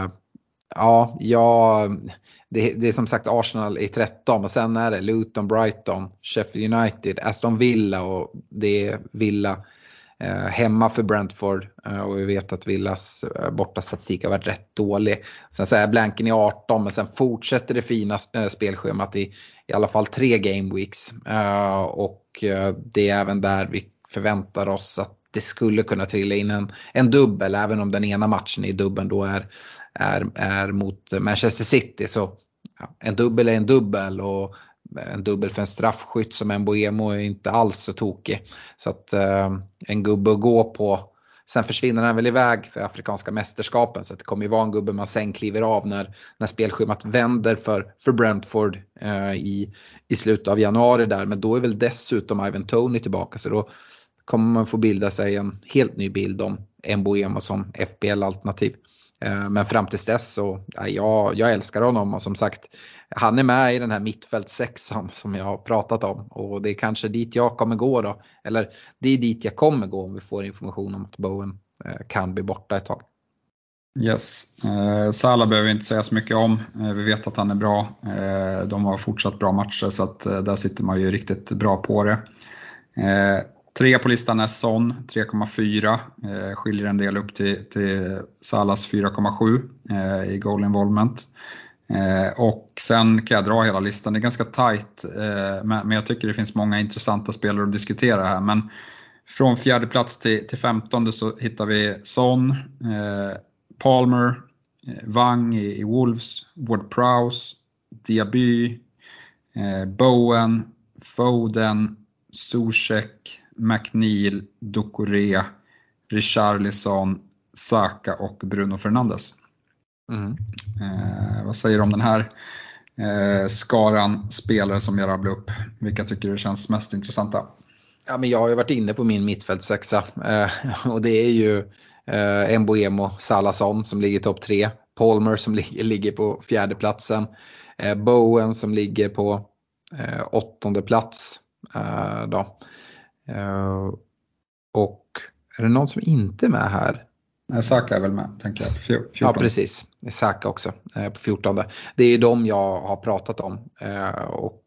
Speaker 2: det är som sagt Arsenal i 13, och sen är det Luton, Brighton, Sheffield United, Aston Villa, och det är Villa hemma för Brentford, och vi vet att Villas borta statistik har varit rätt dålig. Sen så är blanken i 18, men sen fortsätter det fina spelschemat i alla fall 3 game weeks, och det är även där vi förväntar oss att det skulle kunna trilla in en dubbel, även om den ena matchen i dubbeln då är mot Manchester City. Så en dubbel är en dubbel, och en dubbel för en straffskytt som Mbeumo är inte alls så tokig. Så att en gubbe att gå på. Sen försvinner han väl iväg för afrikanska mästerskapen, så att det kommer ju vara en gubbe man sen kliver av när spelschemat vänder för Brentford i slutet av januari där. Men då är väl dessutom Ivan Toney tillbaka, så då kommer man få bilda sig en helt ny bild om Mbeumo som FPL-alternativ. Men fram tills dess så jag älskar honom, och som sagt, han är med i den här mittfältsexan som jag har pratat om, och det är kanske dit jag kommer gå då, eller det är dit jag kommer gå om vi får information om att Bowen kan bli borta ett tag.
Speaker 3: Yes, Salah behöver vi inte säga så mycket om, vi vet att han är bra, de har fortsatt bra matcher, så att där sitter man ju riktigt bra på det. 3 på listan är Son, 3,4, skiljer en del upp till Salahs 4,7 i goal involvement. Och sen kan jag dra hela listan, det är ganska tight, men jag tycker det finns många intressanta spelare att diskutera här. Men från 4:e plats till 15:e så hittar vi Son, Palmer, Wang i Wolves, Ward-Prowse, Diaby, Bowen, Foden, Soucek, McNeil, Doucouré, Richarlison, Saka och Bruno Fernandes. Vad säger du om den här skaran spelare som jag rabblar upp? Vilka tycker du känns mest intressanta?
Speaker 2: Ja, men jag har ju varit inne på min mittfältsexa, och det är ju Mbeumo, Salahson som ligger topp 3, Palmer som ligger på 4:e platsen, Bowen som ligger på 8:e plats då. Och är det någon som inte är med här?
Speaker 3: Saka är väl med, tänker jag. 14.
Speaker 2: Ja, precis. Saka också på 14. Det är ju de jag har pratat om. Och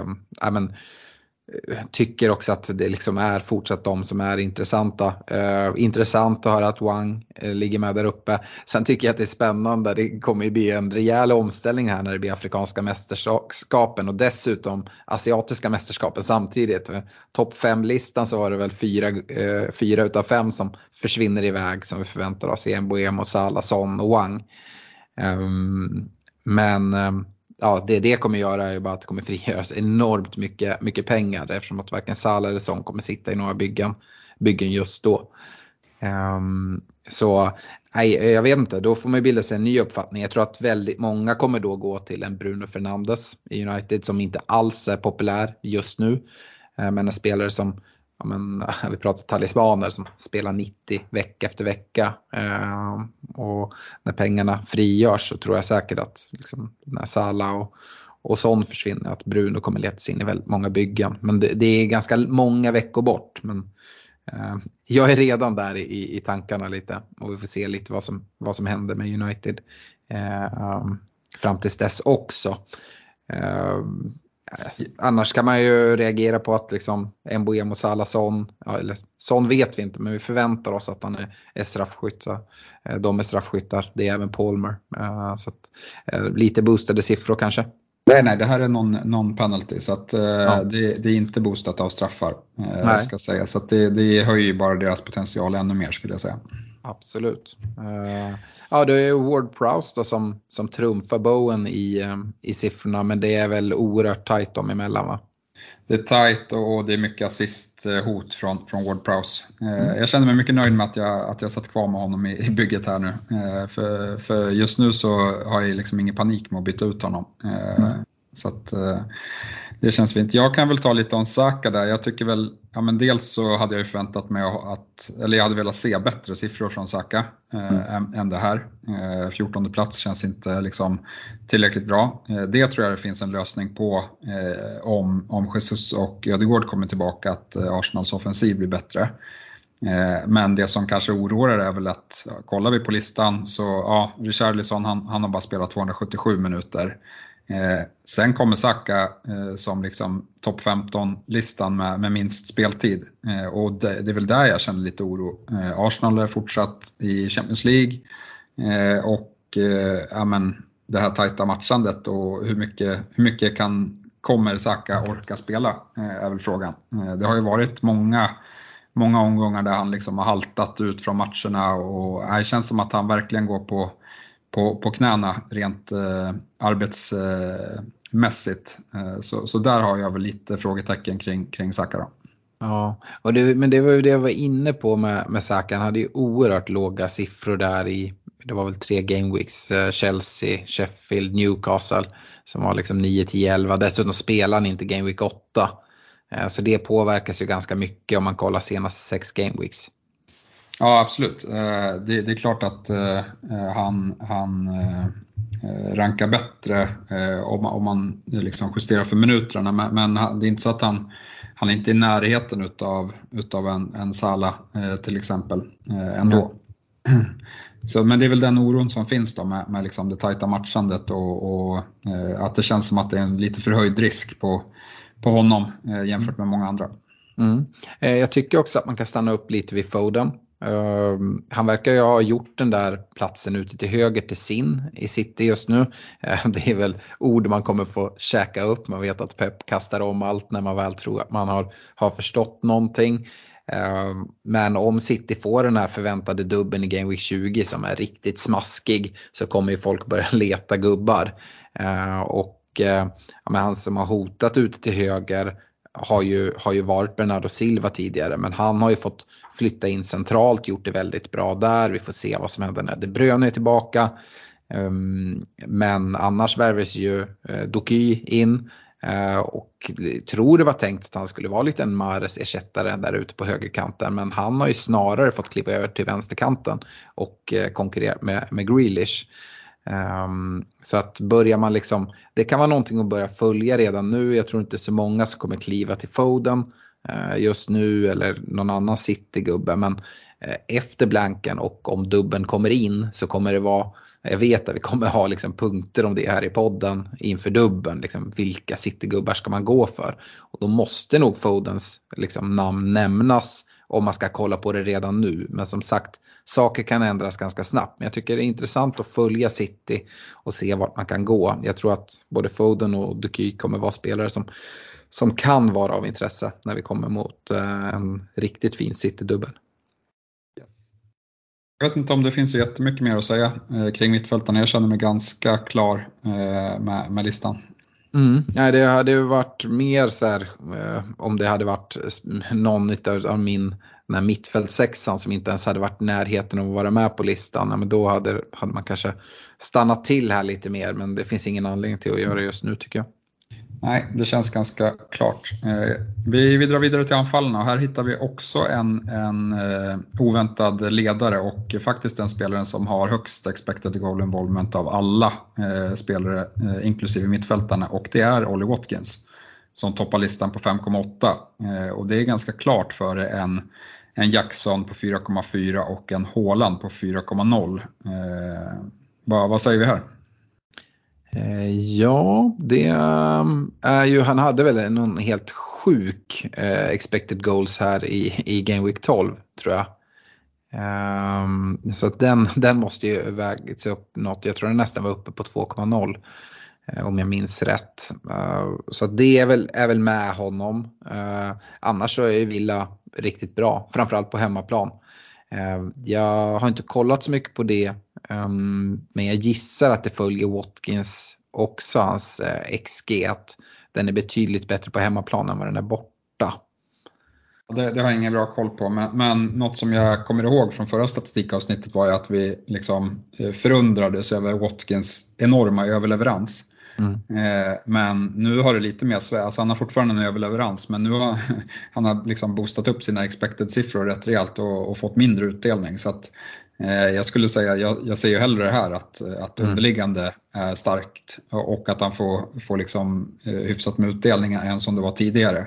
Speaker 2: tycker också att det liksom är fortsatt de som är intressanta. Intressant att höra att Wang ligger med där uppe. Sen tycker jag att det är spännande. Det kommer ju bli en rejäl omställning här när det blir afrikanska mästerskapen och dessutom asiatiska mästerskapen samtidigt. Topp 5-listan så var det väl 4 utav 5 som försvinner iväg, som vi förväntar oss i Mbeumo, Salah, Son och Wang. Men ja, det kommer göra är ju bara att det kommer frigöras enormt mycket pengar, eftersom att varken Salah eller Son kommer sitta i några byggen byggen just då. Så nej, jag vet inte, då får man bilda sig en ny uppfattning. Jag tror att väldigt många kommer då gå till en Bruno Fernandes i United som inte alls är populär just nu. Men en spelare som, vi pratar talismaner som spelar 90 vecka efter vecka. Och när pengarna frigörs så tror jag säkert att liksom, när Salah och Son försvinner, att Bruno kommer leta sig in i väldigt många byggen. Men det är ganska många veckor bort. Men jag är redan där i tankarna lite. Och vi får se lite vad som händer med United fram tills dess också. Annars kan man ju reagera på att liksom Mbeumo, Salah, Son, eller Son vet vi inte, men vi förväntar oss att han är straffskytt. De är straffskyttar, det är även Palmer. Så att, lite boostade siffror kanske.
Speaker 3: Nej, det här är non-penalty, så att det är inte boostat av straffar, ska säga. Så att det höjer bara deras potential ännu mer, skulle jag säga.
Speaker 2: Absolut. Det är Ward-Prowse då som trumfar Bowen i siffrorna, men det är väl oerhört tajt dem emellan, va?
Speaker 3: Det är tajt och det är mycket assist-hot från Ward-Prowse. Jag känner mig mycket nöjd med att jag satt kvar med honom i bygget här nu. För just nu så har jag liksom ingen panik med att byta ut honom. Så att det känns fint. Jag kan väl ta lite om Saka där. Jag tycker väl, dels så hade jag ju förväntat mig eller jag hade velat se bättre siffror från Saka än det här. 14:e plats känns inte liksom tillräckligt bra. Det tror jag det finns en lösning på om Jesus och Ödegaard kommer tillbaka, att Arsenals offensiv blir bättre. Men det som kanske oroar är väl att, kollar vi på listan så Richarlison han har bara spelat 277 minuter. Sen kommer Saka som liksom topp 15-listan med minst speltid. Och det är väl där jag känner lite oro. Arsenal är fortsatt i Champions League. Och det här tajta matchandet och hur mycket kommer Saka orka spela är väl frågan. Det har ju varit många omgångar där han liksom har haltat ut från matcherna. Och det känns som att han verkligen går på knäna rent arbetsmässigt. Så där har jag väl lite frågetecken kring Saka då.
Speaker 2: Ja, men det var ju det jag var inne på med Saka. Han hade ju oerhört låga siffror där det var väl 3 gameweeks, Chelsea, Sheffield, Newcastle, som var liksom 9-10-11. Dessutom spelar han inte gameweek 8. Så det påverkas ju ganska mycket om man kollar senaste 6 gameweeks.
Speaker 3: Ja, absolut. Det är klart att han rankar bättre om man liksom justerar för minuterna. Men det är inte så att han är inte i närheten utav en Salah till exempel ändå. Så, men det är väl den oron som finns då med liksom det tajta matchandet och att det känns som att det är en lite förhöjd risk på honom jämfört med många andra.
Speaker 2: Jag tycker också att man kan stanna upp lite vid Foden. Han verkar ju ha gjort den där platsen ute till höger till sin i City just nu. Det är väl ord man kommer få käka upp. Man vet att Pep kastar om allt när man väl tror att man har förstått någonting. Men om City får den här förväntade dubben i Game Week 20 som är riktigt smaskig, så kommer ju folk börja leta gubbar. Men han som har hotat ute till höger har ju varit Bernardo Silva tidigare, men han har ju fått flytta in centralt, gjort det väldigt bra där. Vi får se vad som händer när De Bruyne är tillbaka. Men annars värvas ju Doky in, och tror det var tänkt att han skulle vara lite en Mahrez ersättare där ute på högerkanten, men han har ju snarare fått kliva över till vänsterkanten och konkurrera med Grealish. Så att börjar man liksom, det kan vara någonting att börja följa redan nu. Jag tror inte så många som kommer kliva till Foden just nu eller någon annan City-gubbe, men efter blanken och om dubben kommer in så kommer det vara, jag vet att vi kommer ha liksom punkter om det här i podden inför dubben, liksom vilka City-gubbar ska man gå för, och då måste nog Fodens liksom namn nämnas om man ska kolla på det redan nu. Men som sagt, saker kan ändras ganska snabbt. Men jag tycker det är intressant att följa City och se vart man kan gå. Jag tror att både Foden och Doky kommer vara spelare som kan vara av intresse när vi kommer mot en riktigt fin City-dubbel.
Speaker 3: Yes. Jag vet inte om det finns så jättemycket mer att säga kring mittfältarna. Jag känner mig ganska klar med listan.
Speaker 2: Nej, det hade varit mer så här, om det hade varit någon av den här mittfältsexan som inte ens hade varit i närheten av att vara med på listan, men då hade man kanske stannat till här lite mer, men det finns ingen anledning till att göra just nu tycker jag.
Speaker 3: Nej, det känns ganska klart. Vi drar vidare till anfallarna. Här hittar vi också en oväntad ledare och faktiskt den spelaren som har högst expected goal involvement av alla spelare, inklusive mittfältarna, och det är Ollie Watkins som toppar listan på 5,8. Och det är ganska klart före en Jackson på 4,4 och en Haaland på 4,0. Vad säger vi här?
Speaker 2: Ja, det är ju, han hade väl någon helt sjuk expected goals här i Game Week 12 tror jag. Så att den måste ju vägts upp något. Jag tror den nästan var uppe på 2,0 om jag minns rätt. Så att det är väl med honom. Annars så är Villa riktigt bra, framförallt på hemmaplan. Jag har inte kollat så mycket på det, men jag gissar att det följer Watkins också, hans XG, att den är betydligt bättre på hemmaplan än vad den är borta.
Speaker 3: Det har jag ingen bra koll på, men något som jag kommer ihåg från förra statistikavsnittet var ju att vi liksom förundrades över Watkins enorma överleverans. Men nu har det lite mer svär, alltså han har fortfarande en överleverans, men nu har han liksom boostat upp sina expected-siffror rätt rejält och fått mindre utdelning, så att jag skulle säga, jag ser ju hellre det här att underliggande är starkt och att han får liksom hyfsat med utdelningar än som det var tidigare.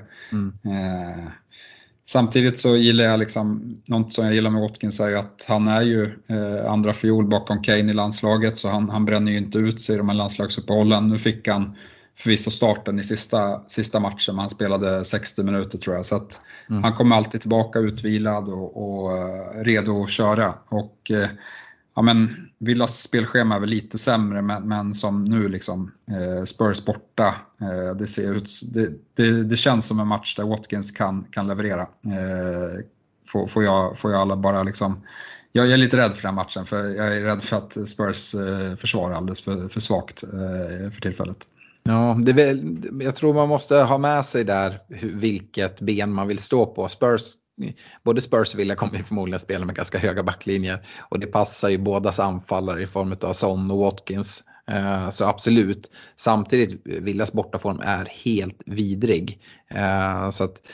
Speaker 3: Samtidigt så gillar jag liksom, något som jag gillar med Watkins är att han är ju andra fiol bakom Kane i landslaget, så han bränner ju inte ut sig i de här landslagsuppehållen. Nu fick han förvisso starten i sista matchen, men han spelade 60 minuter tror jag, så att han kommer alltid tillbaka utvilad och redo att köra. Och ja, men Villas spelschema är väl lite sämre, men som nu liksom Spurs borta, det ser ut, det känns som en match där Watkins kan leverera. Får jag alla bara liksom, jag är lite rädd för den matchen, för jag är rädd för att Spurs försvar är alldeles för svagt för tillfället.
Speaker 2: Ja, jag tror man måste ha med sig där vilket ben man vill stå på. Både Spurs och Villa kommer förmodligen spela med ganska höga backlinjer, och det passar ju bådas anfallare i form av Son och Watkins. Så absolut. Samtidigt, Villas bortaform är helt vidrig. Så att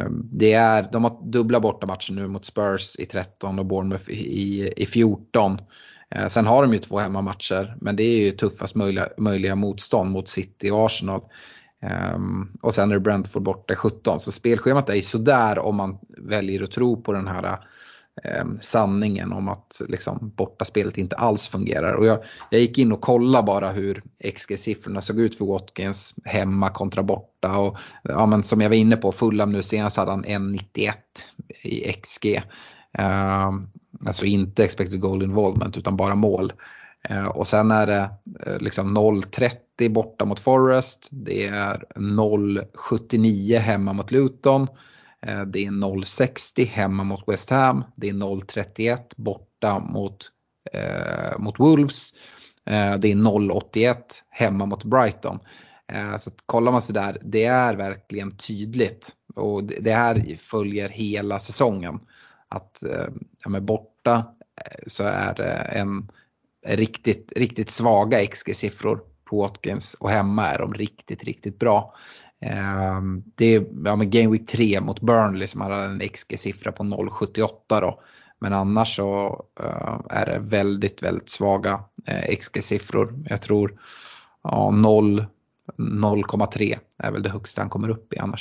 Speaker 2: de har dubbla bortamatcher nu mot Spurs i 13 och Bournemouth i 14. Sen har de ju 2 hemmamatcher, men det är ju tuffast möjliga motstånd mot City och Arsenal. Och sen är det Brentford borta 17. Så spelschemat är ju sådär om man väljer att tro på den här sanningen om att liksom bortaspelet inte alls fungerar. Och jag gick in och kollade bara hur XG-siffrorna såg ut för Watkins hemma kontra borta. Och ja, men som jag var inne på, Fulham nu senast hade han 1,91 i XG. Alltså inte expected goal involvement utan bara mål. Och sen är det liksom 0,30 borta mot Forest. Det är 0,79 hemma mot Luton. Det är 0,60 hemma mot West Ham. Det är 0,31 borta mot Wolves. Det är 0,81 hemma mot Brighton. Så att kollar man sig där, det är verkligen tydligt. Och det här följer hela säsongen. Att med borta så är det en riktigt svaga XG-siffror på Watkins, och hemma är de riktigt bra. Det är med Game Week 3 mot Burnley som hade en XG-siffra på 0,78 då. Men annars så är det väldigt svaga XG-siffror. Jag tror 0,3 är väl det högsta han kommer upp i annars.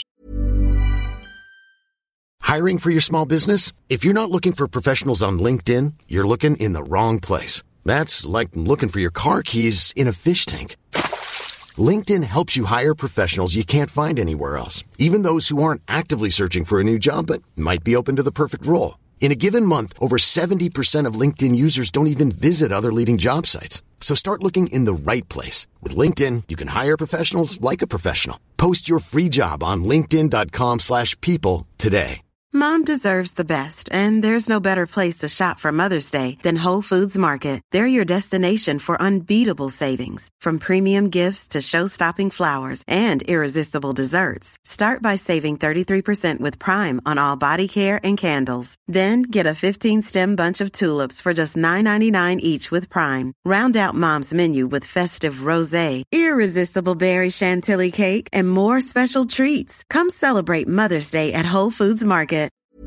Speaker 5: Hiring for your small business? If you're not looking for professionals on LinkedIn, you're looking in the wrong place. That's like looking for your car keys in a fish tank. LinkedIn helps you hire professionals you can't find anywhere else, even those who aren't actively searching for a new job but might be open to the perfect role. In a given month, over 70% of LinkedIn users don't even visit other leading job sites. So start looking in the right place. With LinkedIn, you can hire professionals like a professional. Post your free job on linkedin.com/people today.
Speaker 6: Mom deserves the best, and there's no better place to shop for Mother's Day than Whole Foods Market. They're your destination for unbeatable savings, from premium gifts to show-stopping flowers and irresistible desserts. Start by saving 33% with Prime on all body care and candles. Then get a 15-stem bunch of tulips for just $9.99 each with Prime. Round out Mom's menu with festive rosé, irresistible berry chantilly cake, and more special treats. Come celebrate Mother's Day at Whole Foods Market.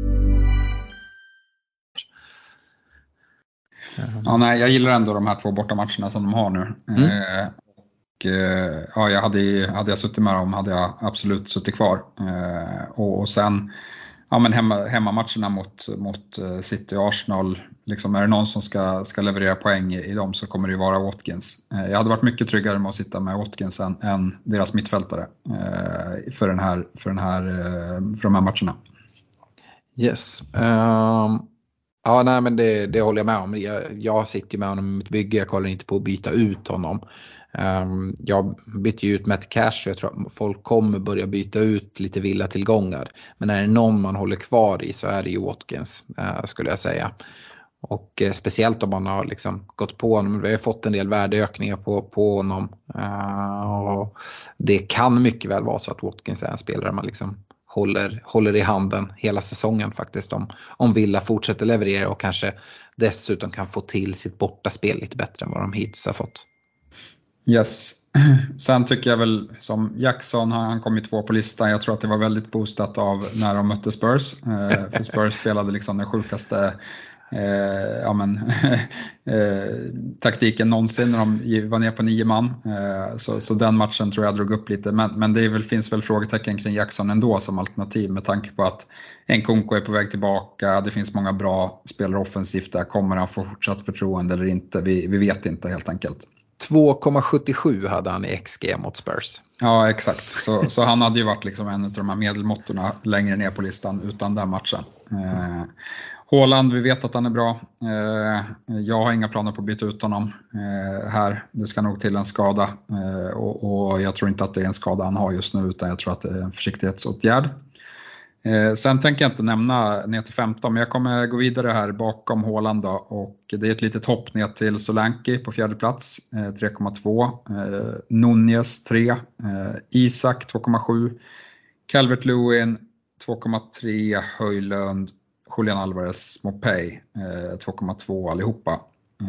Speaker 3: Ja, nej, jag gillar ändå de här 2 bortamatcherna som de har nu. Ja, hade jag suttit med dem hade jag absolut suttit kvar. Och sen ja, men hemmamatcherna mot City och Arsenal, liksom, är det någon som ska leverera poäng i dem så kommer det ju vara Watkins. Jag hade varit mycket tryggare med att sitta med Watkins än deras mittfältare för de här matcherna.
Speaker 2: Yes. Ja, nej, men det håller jag med om. Jag sitter med honom i mitt bygge. Jag kollar inte på att byta ut honom. Jag bytte ju ut Matt Cash. Jag tror att folk kommer börja byta ut lite villatillgångar. Men är det någon man håller kvar i så är det ju Watkins, skulle jag säga. Och speciellt om man har liksom gått på honom. Vi har fått en del värdeökningar på honom. Och det kan mycket väl vara så att Watkins är en spelare man liksom håller i handen hela säsongen faktiskt, om Villa fortsätter leverera och kanske dessutom kan få till sitt bortaspel lite bättre än vad de hittills har fått.
Speaker 3: Yes. Sen tycker jag väl som Jackson, han kom ju 2 på listan. Jag tror att det var väldigt boostat av när de mötte Spurs. För Spurs spelade liksom den sjukaste taktiken någonsin när de var ner på 9 man. Så den matchen tror jag drog upp lite. Men det finns väl frågetecken kring Jackson ändå som alternativ, med tanke på att Nkunku är på väg tillbaka. Det finns många bra spelare offensivt där. Kommer han få fortsatt förtroende eller inte? Vi vet inte helt enkelt.
Speaker 2: 2,77 hade han i XG mot Spurs.
Speaker 3: Ja, exakt. Så han hade ju varit liksom en av de här medelmåttorna längre ner på listan utan den matchen. Haaland, vi vet att han är bra. Jag har inga planer på att byta ut honom här. Det ska nog till en skada. Och jag tror inte att det är en skada han har just nu, utan jag tror att det är en försiktighetsåtgärd. Sen tänker jag inte nämna ner till 15, men jag kommer gå vidare här bakom Haaland då, och det är ett litet hopp ner till Solanke på 4:e plats, 3,2, Nunez 3, Isak 2,7, Calvert-Lewin 2,3, Højlund, Julian Alvarez, Mopay 2,2 allihopa.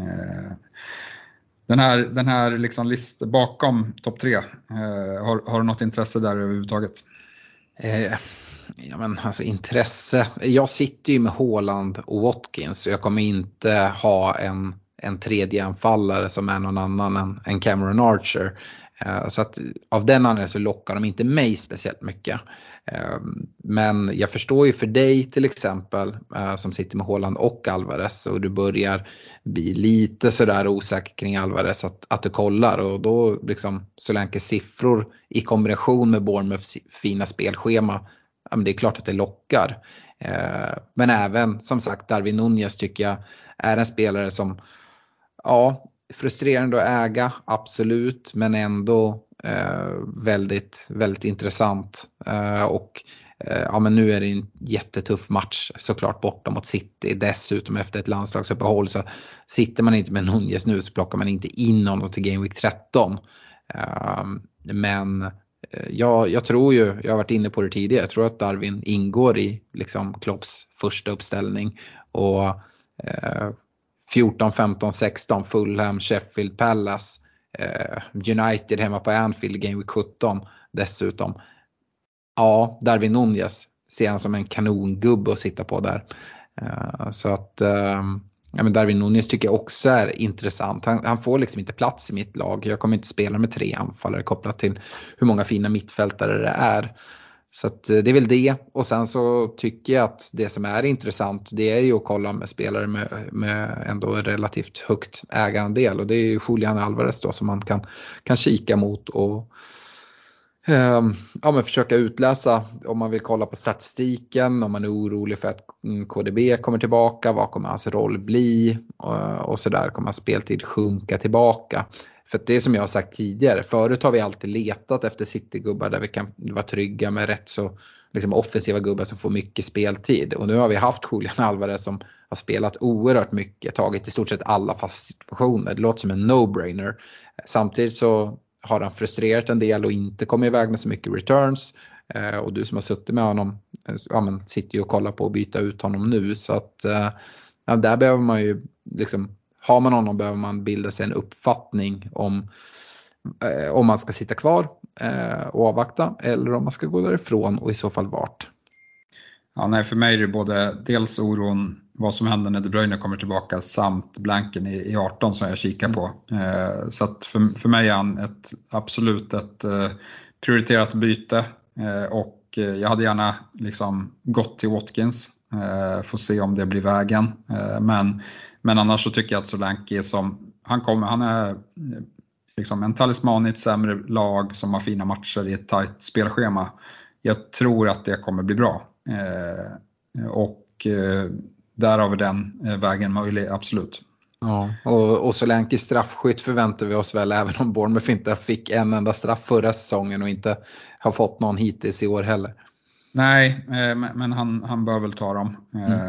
Speaker 3: Den här liksom list bakom topp 3, har du något intresse där överhuvudtaget?
Speaker 2: Ja, men alltså intresse. Jag sitter ju med Haaland och Watkins, så jag kommer inte ha en tredje anfallare som är någon annan än Cameron Archer. Så att av den anledningen så lockar de inte mig speciellt mycket. Men jag förstår ju för dig till exempel, som sitter med Haaland och Alvarez, och du börjar bli lite sådär osäker kring Alvarez, att du kollar, och då liksom Solankes siffror i kombination med Bournemouths fina spelschema, ja, men det är klart att det lockar. Men även som sagt Darwin Nunez tycker jag är en spelare som, ja, frustrerande att äga, absolut, men ändå väldigt, väldigt intressant. Och ja, men nu är det en jättetuff match såklart borta mot City, dessutom efter ett landslagsuppehåll, så sitter man inte med Nunez nu så plockar man inte in honom till Game Week 13. Men jag tror ju, jag har varit inne på det tidigare, jag tror att Darwin ingår i liksom Klopps första uppställning, och 14, 15, 16 Fulham, Sheffield, Palace, United hemma på Anfield, Game Week 17 dessutom. Ja, Darwin Nunez ser han som en kanongubbe att sitta på där. Så att ja, men Darwin Nunez tycker jag också är intressant. Han får liksom inte plats i mitt lag. Jag kommer inte spela med 3 anfallare kopplat till hur många fina mittfältare det är. Så att det är väl det. Och sen så tycker jag att det som är intressant, det är ju att kolla med spelare med ändå relativt högt ägarandel. Och det är ju Julian Alvarez då som man kan kika mot och ja, men försöka utläsa om man vill kolla på statistiken, om man är orolig för att KDB kommer tillbaka, vad kommer hans roll bli och så där, kommer hans speltid sjunka tillbaka. För det är som jag har sagt tidigare, förut har vi alltid letat efter City-gubbar där vi kan vara trygga med rätt så liksom offensiva gubbar som får mycket speltid. Och nu har vi haft Julian Alvarez som har spelat oerhört mycket, tagit i stort sett alla fasta situationer. Det låter som en no-brainer. Samtidigt så har han frustrerat en del och inte kommit iväg med så mycket returns. Och du som har suttit med honom sitter ju och kollar på att byta ut honom nu. Så att där behöver man ju liksom, har man honom behöver man bilda sig en uppfattning om man ska sitta kvar och avvakta eller om man ska gå därifrån och i så fall vart.
Speaker 3: Ja, nej, för mig är det både dels oron vad som händer när De Bruyne kommer tillbaka samt blanken i 18 som jag kikar på. Så att för mig är han absolut ett prioriterat byte och jag hade gärna liksom gått till Watkins, får se om det blir vägen. Men annars så tycker jag att Solanke är han är liksom en talisman i ett sämre lag som har fina matcher i ett tajt spelschema. Jag tror att det kommer bli bra. Och där har vi den vägen möjlig, absolut.
Speaker 2: Ja, och Solanke straffskytt förväntar vi oss väl, även om Bournemouth inte fick en enda straff förra säsongen och inte har fått någon hittills i år heller.
Speaker 3: Nej, men han bör väl ta dem.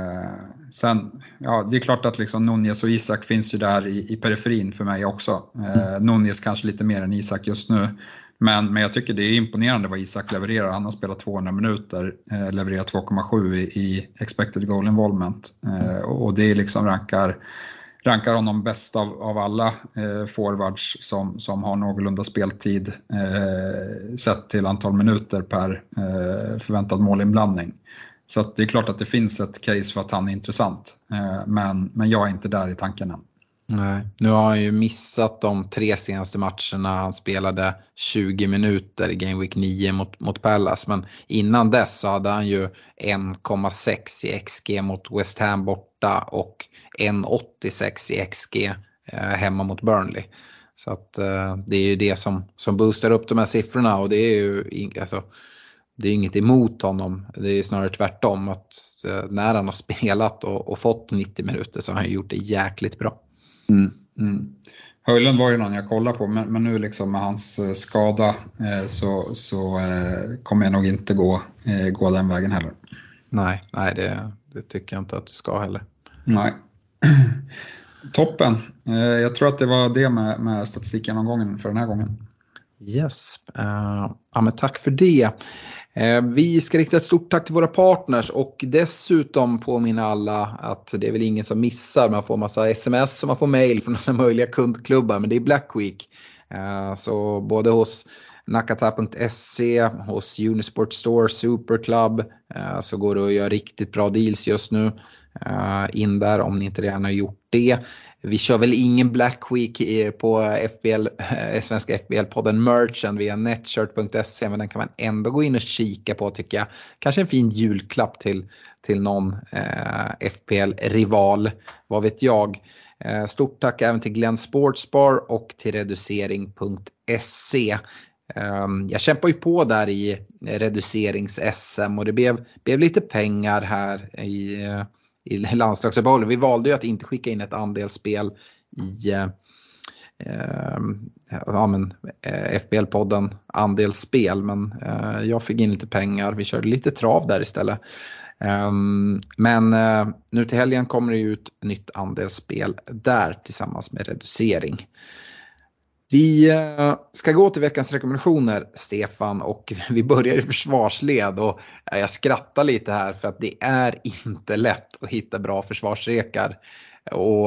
Speaker 3: Sen, ja, det är klart att liksom Nunez och Isak finns ju där i periferin för mig också. Nunez kanske lite mer än Isak just nu. Men jag tycker det är imponerande vad Isak levererar. Han har spelat 200 minuter, levererar 2,7 i expected goal involvement. Och det är liksom rankar honom bäst av alla forwards som har någorlunda speltid sett till antal minuter per förväntad målinblandning. Så att det är klart att det finns ett case för att han är intressant. Men jag är inte där i tanken än.
Speaker 2: Nej, nu har han ju missat de 3 senaste matcherna. Han spelade 20 minuter i Game Week 9 mot Palace. Men innan dess så hade han ju 1,6 i XG mot West Ham borta och 1,86 i XG hemma mot Burnley. Så att det är ju det som boostar upp de här siffrorna. Och det är ju det är inget emot honom. Det är snarare tvärtom, att när han har spelat och fått 90 minuter så har han gjort det jäkligt bra.
Speaker 3: Höjlund var ju någon jag kollade på, men nu liksom med hans skada så kommer jag nog inte gå den vägen heller.
Speaker 2: Nej, det tycker jag inte att du ska heller.
Speaker 3: Nej. Toppen. Jag tror att det var det med statistikgenomgången för den här gången.
Speaker 2: Yes, men tack för det. Vi ska rikta ett stort tack till våra partners och dessutom påminna alla att det är väl ingen som missar. Man får massa sms och man får mail från alla möjliga kundklubbar, men det är Black Week. Så både hos nakata.se, hos Unisport Store, Superclub så går det att göra riktigt bra deals just nu. In där om ni inte redan har gjort det. Vi kör väl ingen Black Week på svenska FBL-podden merchen via netshirt.se, men den kan man ändå gå in och kika på, tycker jag. Kanske en fin julklapp till någon FBL-rival, vad vet jag. Stort tack även till Glenn Sportsbar och till reducering.se. Jag kämpar ju på där i reducerings-SM och det blev lite pengar här i landslagsuppehållet. Vi valde ju att inte skicka in ett andelsspel i FBL-podden andelsspel, men jag fick in lite pengar. Vi körde lite trav där istället. Men nu till helgen kommer det ut nytt andelsspel där tillsammans med reducering. Vi ska gå till veckans rekommendationer, Stefan, och vi börjar i försvarsled och jag skrattar lite här för att det är inte lätt att hitta bra försvarsrekar. Och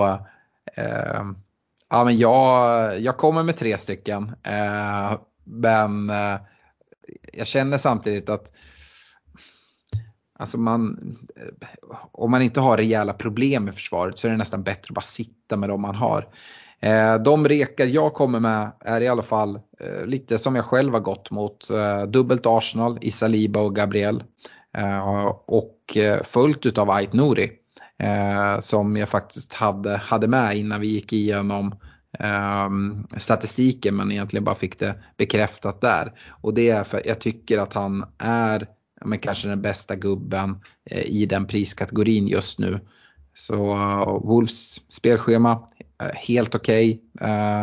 Speaker 2: men jag kommer med 3 stycken, men jag känner samtidigt att alltså om man inte har rejäla problem med försvaret så är det nästan bättre att bara sitta med dem man har. De rekar jag kommer med är i alla fall lite som jag själv har gått mot. Dubbelt Arsenal i Saliba och Gabriel. Och följt utav Ait Nouri. Som jag faktiskt hade med innan vi gick igenom statistiken, men egentligen bara fick det bekräftat där. Och det är för jag tycker att han är kanske den bästa gubben i den priskategorin just nu. Så Wolves spelschema helt okej.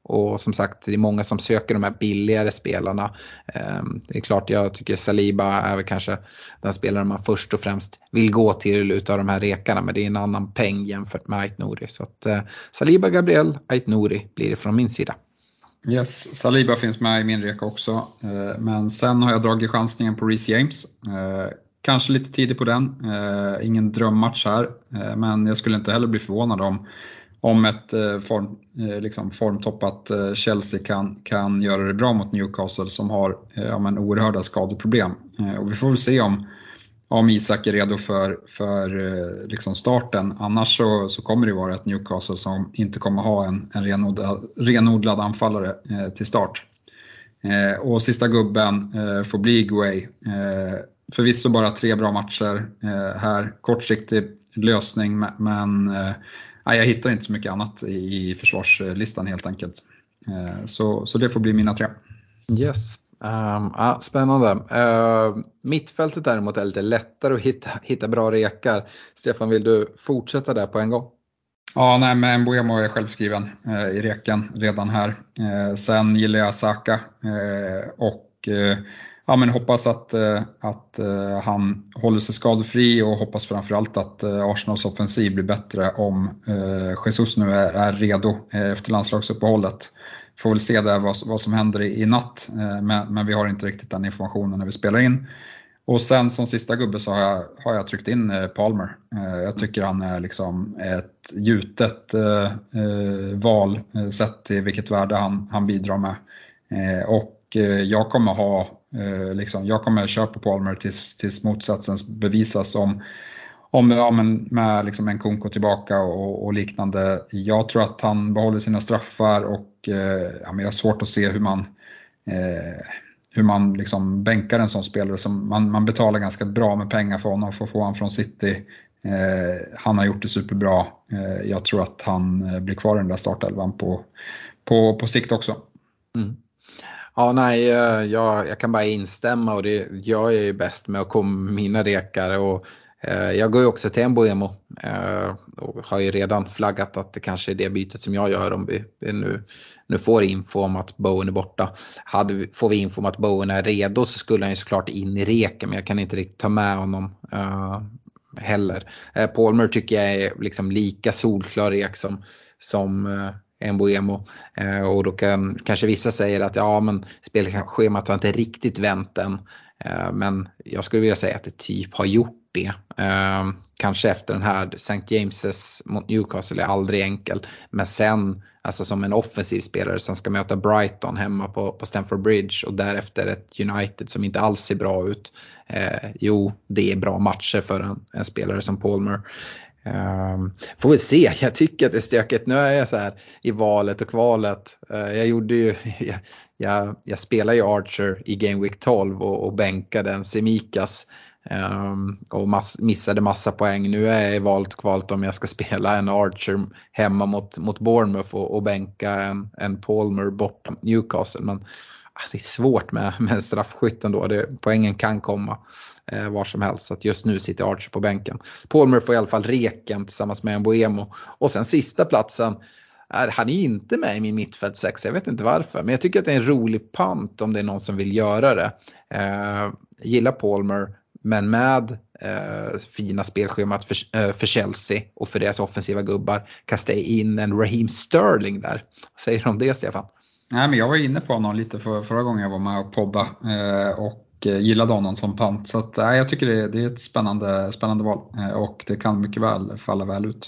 Speaker 2: Och som sagt, det är många som söker de här billigare spelarna. Det är klart, jag tycker Saliba är väl kanske den spelaren man först och främst vill gå till utav de här rekarna. Men det är en annan peng jämfört med Ait-Nouri. Så att Saliba, Gabriel, Ait-Nouri blir det från min sida.
Speaker 3: Yes, Saliba finns med i min reka också. Men sen har jag dragit chansningen på Reece James. Kanske lite tidigt på den. Ingen drömmatch här. Men jag skulle inte heller bli förvånad om ett formtoppat Chelsea kan göra det bra mot Newcastle som har oerhörda skadeproblem. Och vi får väl se om Isak är redo för starten. Annars så kommer det vara ett Newcastle som inte kommer ha en renodlad anfallare till start. Och sista gubben får bli Guay. Förvisso bara 3 bra matcher här. Kortsiktig lösning, men jag hittar inte så mycket annat i försvarslistan helt enkelt. Så det får bli mina 3.
Speaker 2: Yes. Spännande. Mittfältet däremot är lite lättare att hitta bra rekar. Stefan, vill du fortsätta där på en gång?
Speaker 3: Ja, nej, men Mbeumo är självskriven i reken redan här. Sen gillar jag Saka men hoppas att han håller sig skadefri och hoppas framförallt att Arsenals offensiv blir bättre om Jesus nu är redo efter landslagsuppehållet. Får väl se där vad som händer i natt, men vi har inte riktigt den informationen när vi spelar in. Och sen som sista gubbe så har jag tryckt in Palmer. Jag tycker han är liksom ett gjutet val sett till vilket värde han bidrar med. Och jag kommer köpa Palmer tills motsatsen bevisas med liksom en Kunko tillbaka och liknande. Jag tror att han behåller sina straffar och jag har svårt att se hur man liksom bänkar en sån spelare som man betalar ganska bra med pengar för honom för att få honom från City. Han har gjort det superbra. Jag tror att han blir kvar i den där startelvan på sikt också.
Speaker 2: Mm. Ja, nej, jag kan bara instämma och det gör jag ju bäst med att komma mina rekar och jag går ju också till Mbeumo och har ju redan flaggat att det kanske är det bytet som jag gör om vi nu får info om att Bowen är borta. Får vi info om att Bowen är redo så skulle han ju såklart in i reken, men jag kan inte riktigt ta med honom heller. Palmer tycker jag är liksom lika solklar rek som Mbeumo. Och då kanske vissa säger att men spelschemat har inte riktigt vänt än. Men jag skulle vilja säga att det typ har gjort det. Kanske efter den här St. James's mot Newcastle är aldrig enkel. Men sen, alltså som en offensiv spelare som ska möta Brighton hemma på Stamford Bridge och därefter ett United som inte alls ser bra ut. Det är bra matcher för en spelare som Palmer. Får vi se, jag tycker att det är stökigt. Nu är jag så här i valet och kvalet. Jag spelar ju Archer i Game Week 12 och bänkade en Semikas och missade massa poäng. Nu är jag i valet och kvalet om jag ska spela en Archer hemma mot Bournemouth och bänka en Palmer borta mot Newcastle. Men det är svårt med straffskytten då. Poängen kan komma var som helst. Så att just nu sitter Archer på bänken. Palmer får i alla fall reken tillsammans med Mbeumo. Och sen sista platsen, han är inte med i min mittfält 6. Jag vet inte varför. Men jag tycker att det är en rolig pant om det är någon som vill göra det. Gillar Palmer, men med fina spelschemat för Chelsea och för deras offensiva gubbar kasta in en Raheem Sterling där. Vad säger du om det, Stefan?
Speaker 3: Nej, men jag var inne på honom lite förra gången jag var med och podda och gillade honom som pant. Så att, jag tycker det är ett spännande val och det kan mycket väl falla väl ut.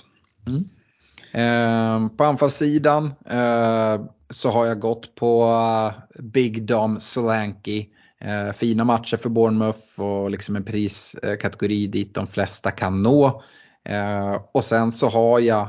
Speaker 2: På anfallssidan så har jag gått på Big Dom Solanke. Fina matcher för Bournemouth och liksom en priskategori dit de flesta kan nå. Och sen så har jag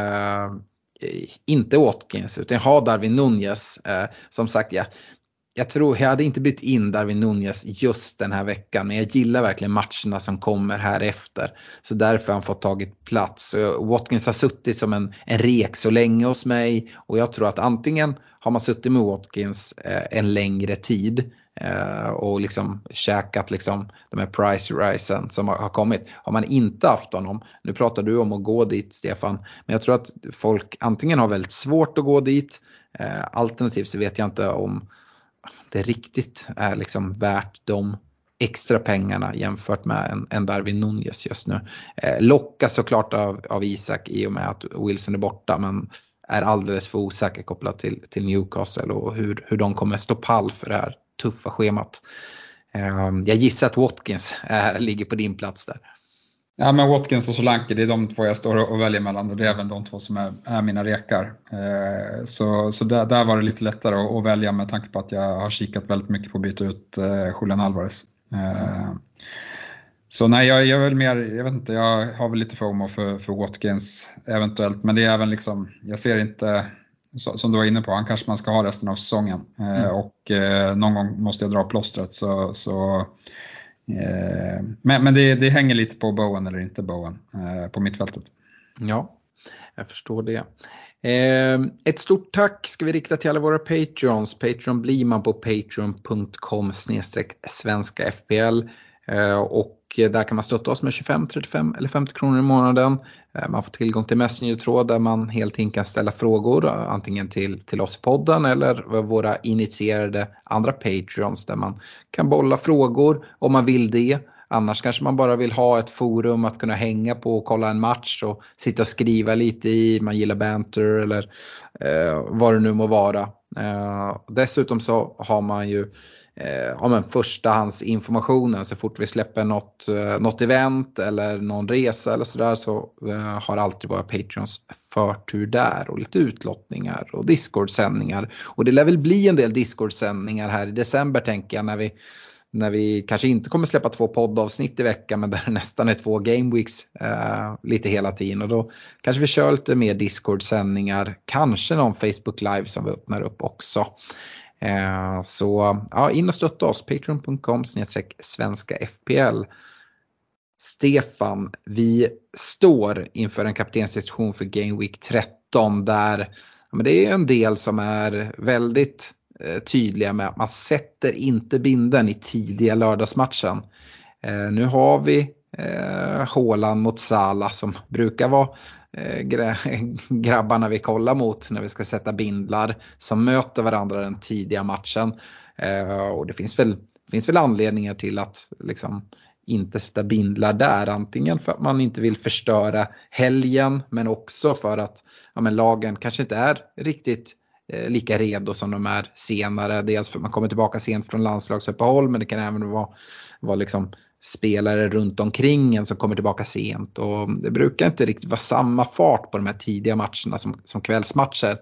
Speaker 2: inte Watkins utan jag har Darwin Núñez. Som sagt, jag tror jag hade inte bytt in Darwin Núñez just den här veckan, men jag gillar verkligen matcherna som kommer här efter. Så därför har han fått tagit plats. Watkins har suttit som en rek så länge hos mig och jag tror att antingen har man suttit med Watkins en längre tid och liksom käkat liksom de här price risen som har kommit. Har man inte haft honom, nu pratar du om att gå dit, Stefan, men jag tror att folk antingen har väldigt svårt att gå dit Alternativt så vet jag inte om det riktigt är liksom värt de extra pengarna jämfört med en Darwin Núñez just nu. Lockas såklart av Isak i och med att Wilson är borta, men är alldeles för osäker kopplat till Newcastle och hur de kommer stå pall för det här tuffa schemat. Jag gissar att Watkins ligger på din plats där.
Speaker 3: Ja, men Watkins och Solanke, det är de två jag står och väljer mellan, och det är även de två som är mina rekar. Så där var det lite lättare att välja med tanke på att jag har kikat väldigt mycket på att byta ut Julian Alvarez. Så nej, jag är väl mer, jag vet inte, jag har väl lite FOMO för Watkins eventuellt, men det är även liksom, jag ser inte, som du var inne på, han kanske man ska ha resten av säsongen. Och någon gång måste jag dra plåstret, men det hänger lite på Bowen eller inte Bowen på mittfältet.
Speaker 2: Ja, jag förstår det. Ett stort tack ska vi rikta till alla våra Patreons. Patreon blir man på patreon.com/svenska FPL. Och där kan man stötta oss med 25, 35 eller 50 kronor i månaden. Man får tillgång till Messenger-tråd där man helt enkelt kan ställa frågor antingen till oss i podden eller våra initierade andra Patreons där man kan bolla frågor om man vill det. Annars kanske man bara vill ha ett forum att kunna hänga på och kolla en match och sitta och skriva lite i. Man gillar banter eller vad det nu må vara. Dessutom så har man ju förstahandsinformationen så fort vi släpper något event eller någon resa eller sådär, så har alltid våra Patreons förtur där och lite utlottningar och Discord-sändningar. Och det lär väl bli en del Discord-sändningar här i december, tänker jag, när vi kanske inte kommer släppa 2 poddavsnitt i veckan, men där det nästan är 2 game weeks lite hela tiden. Och då kanske vi kör lite mer Discord-sändningar, kanske någon Facebook live som vi öppnar upp också. Så ja, in och stötta oss, patreon.com/svenska FPL. Stefan, vi står inför en kaptensdiskussion för Game Week 13 där men det är en del som är väldigt tydliga med att man sätter inte binden i tidiga lördagsmatchen. Nu har vi Haaland mot Salah som brukar vara grabbarna vi kollar mot när vi ska sätta bindlar, som möter varandra den tidiga matchen. Och det finns väl anledningar till att liksom inte sätta bindlar där, antingen för att man inte vill förstöra helgen, men också för att lagen kanske inte är riktigt lika redo som de är senare. Dels för att man kommer tillbaka sent från landslagsuppehåll, men det kan även vara liksom spelare runt omkring en som kommer tillbaka sent, och det brukar inte riktigt vara samma fart på de här tidiga matcherna som kvällsmatcher.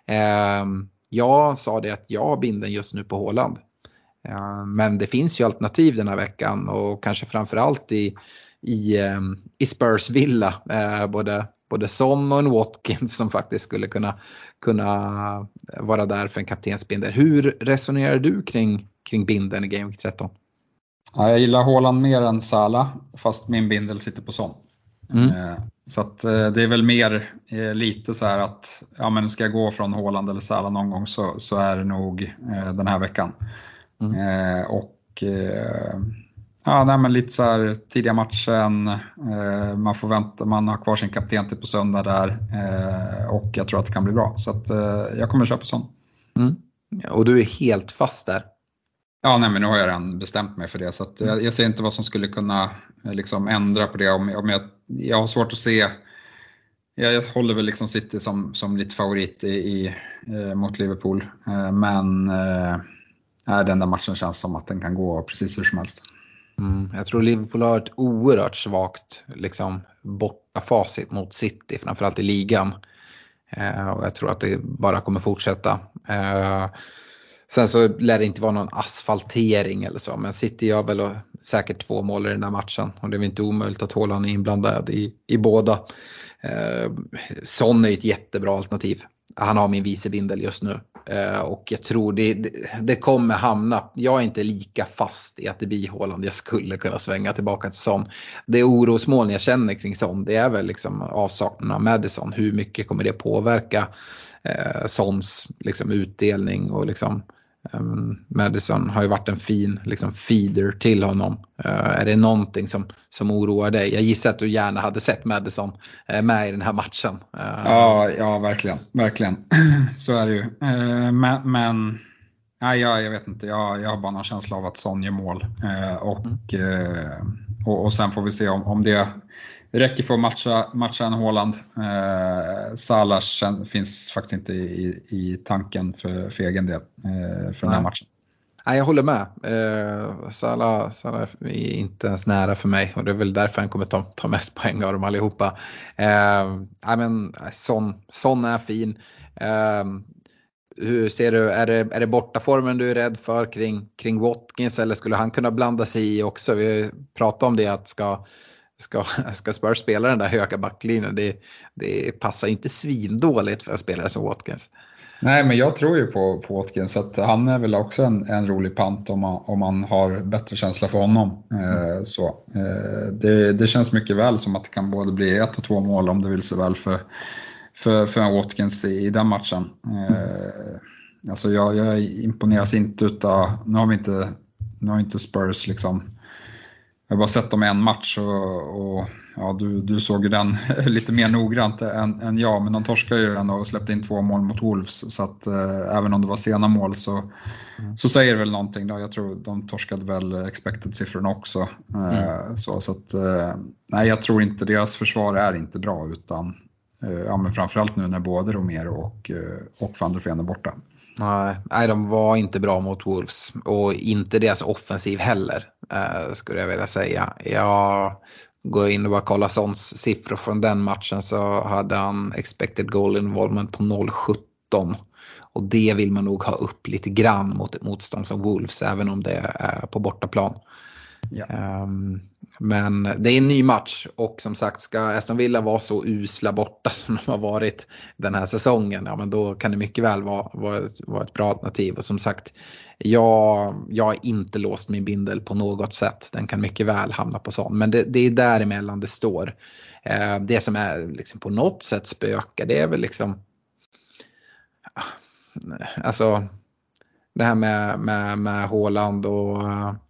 Speaker 2: Jag sa det att jag binder just nu på Haaland, men det finns ju alternativ den här veckan, och kanske framförallt i Spurs Villa, både Son och en Watkins som faktiskt skulle kunna vara där för en kaptensbinder. Hur resonerar du kring binden i Game Week 13?
Speaker 3: Ja, jag gillar Haaland mer än Salah, fast min bindel sitter på Son. Så att det är väl mer lite så här att men ska jag gå från Haaland eller Salah någon gång, så är det nog den här veckan. Men lite så här tidiga matchen, man får vänta, man har kvar sin kapten till på söndag där, och jag tror att det kan bli bra, så att jag kommer köpa Son.
Speaker 2: Och du är helt fast där?
Speaker 3: Ja, nej, men nu har jag redan bestämt mig för det, så att jag ser inte vad som skulle kunna liksom ändra på det. Om jag har svårt att se. Jag håller väl liksom City som lite favorit mot Liverpool, men den där matchen känns som att den kan gå precis hur som helst.
Speaker 2: Jag tror Liverpool har ett oerhört svagt liksom borta facit mot City, framförallt i ligan, och jag tror att det bara kommer fortsätta. Sen så lär det inte vara någon asfaltering eller så, men City gör väl säkert 2 mål i den där matchen, och det är väl inte omöjligt att Haaland är inblandad i båda. Son är ett jättebra alternativ. Han har min vicebindel just nu, och jag tror det kommer hamna. Jag är inte lika fast i att det blir Haaland. Jag skulle kunna svänga tillbaka till Son. Det orosmoln jag känner kring Son, det är väl liksom avsaknaden av Maddison. Hur mycket kommer det påverka Sons liksom utdelning och liksom Madison har ju varit en fin liksom feeder till honom. Är det någonting som oroar dig? Jag gissar att du gärna hade sett Madison med i den här matchen.
Speaker 3: Ja, verkligen. Så är det ju. Men nej, jag vet inte. Jag har bara någon känsla av att Son gör mål. Och sen får vi se om det räcker för att matcha en Haaland. Salah finns faktiskt inte i tanken för egen del för den här matchen.
Speaker 2: Nej, jag håller med. Salah är inte ens nära för mig. Och det är väl därför han kommer ta mest poäng av dem allihopa. Son är fin. Hur ser du, är det bortaformen du är rädd för kring Watkins, eller skulle han kunna blanda sig i också? Vi pratade om det, att ska Spurs spela den där höga backlinjen, det passar inte svindåligt för spelare som Watkins.
Speaker 3: Nej, men jag tror ju på Watkins, att han är väl också en rolig pant om man har bättre känsla för honom. Det känns mycket väl som att det kan både bli 1 och 2 mål om det vill så väl för Watkins i den matchen. Alltså jag imponeras inte utav, nu har inte Spurs liksom, jag har bara sett dem i en match och ja, du såg ju den lite mer noggrant än jag, men de torskade ju den och släppte in 2 mål mot Wolves, så att även om det var sena mål så säger det väl någonting då. Jag tror de torskade väl expected-siffrorna också. Så att nej, jag tror inte deras försvar är inte bra, utan men framförallt nu när både Romero och Van der Ven är borta.
Speaker 2: Nej, de var inte bra mot Wolves, och inte deras offensiv heller, skulle jag vilja säga. Jag går in och bara kollar Sons siffror från den matchen, så hade han expected goal involvement på 0,17. Och det vill man nog ha upp lite grann mot ett motstånd som Wolves, även om det är på bortaplan. Ja. Men det är en ny match, och som sagt, ska Aston Villa vara så usla borta som de har varit den här säsongen, ja, men då kan det mycket väl vara ett bra alternativ. Och som sagt, jag har inte låst min bindel på något sätt. Den kan mycket väl hamna på sån, men det är däremellan det står. Det som är liksom på något sätt spöka, det är väl liksom, alltså det här med Haaland och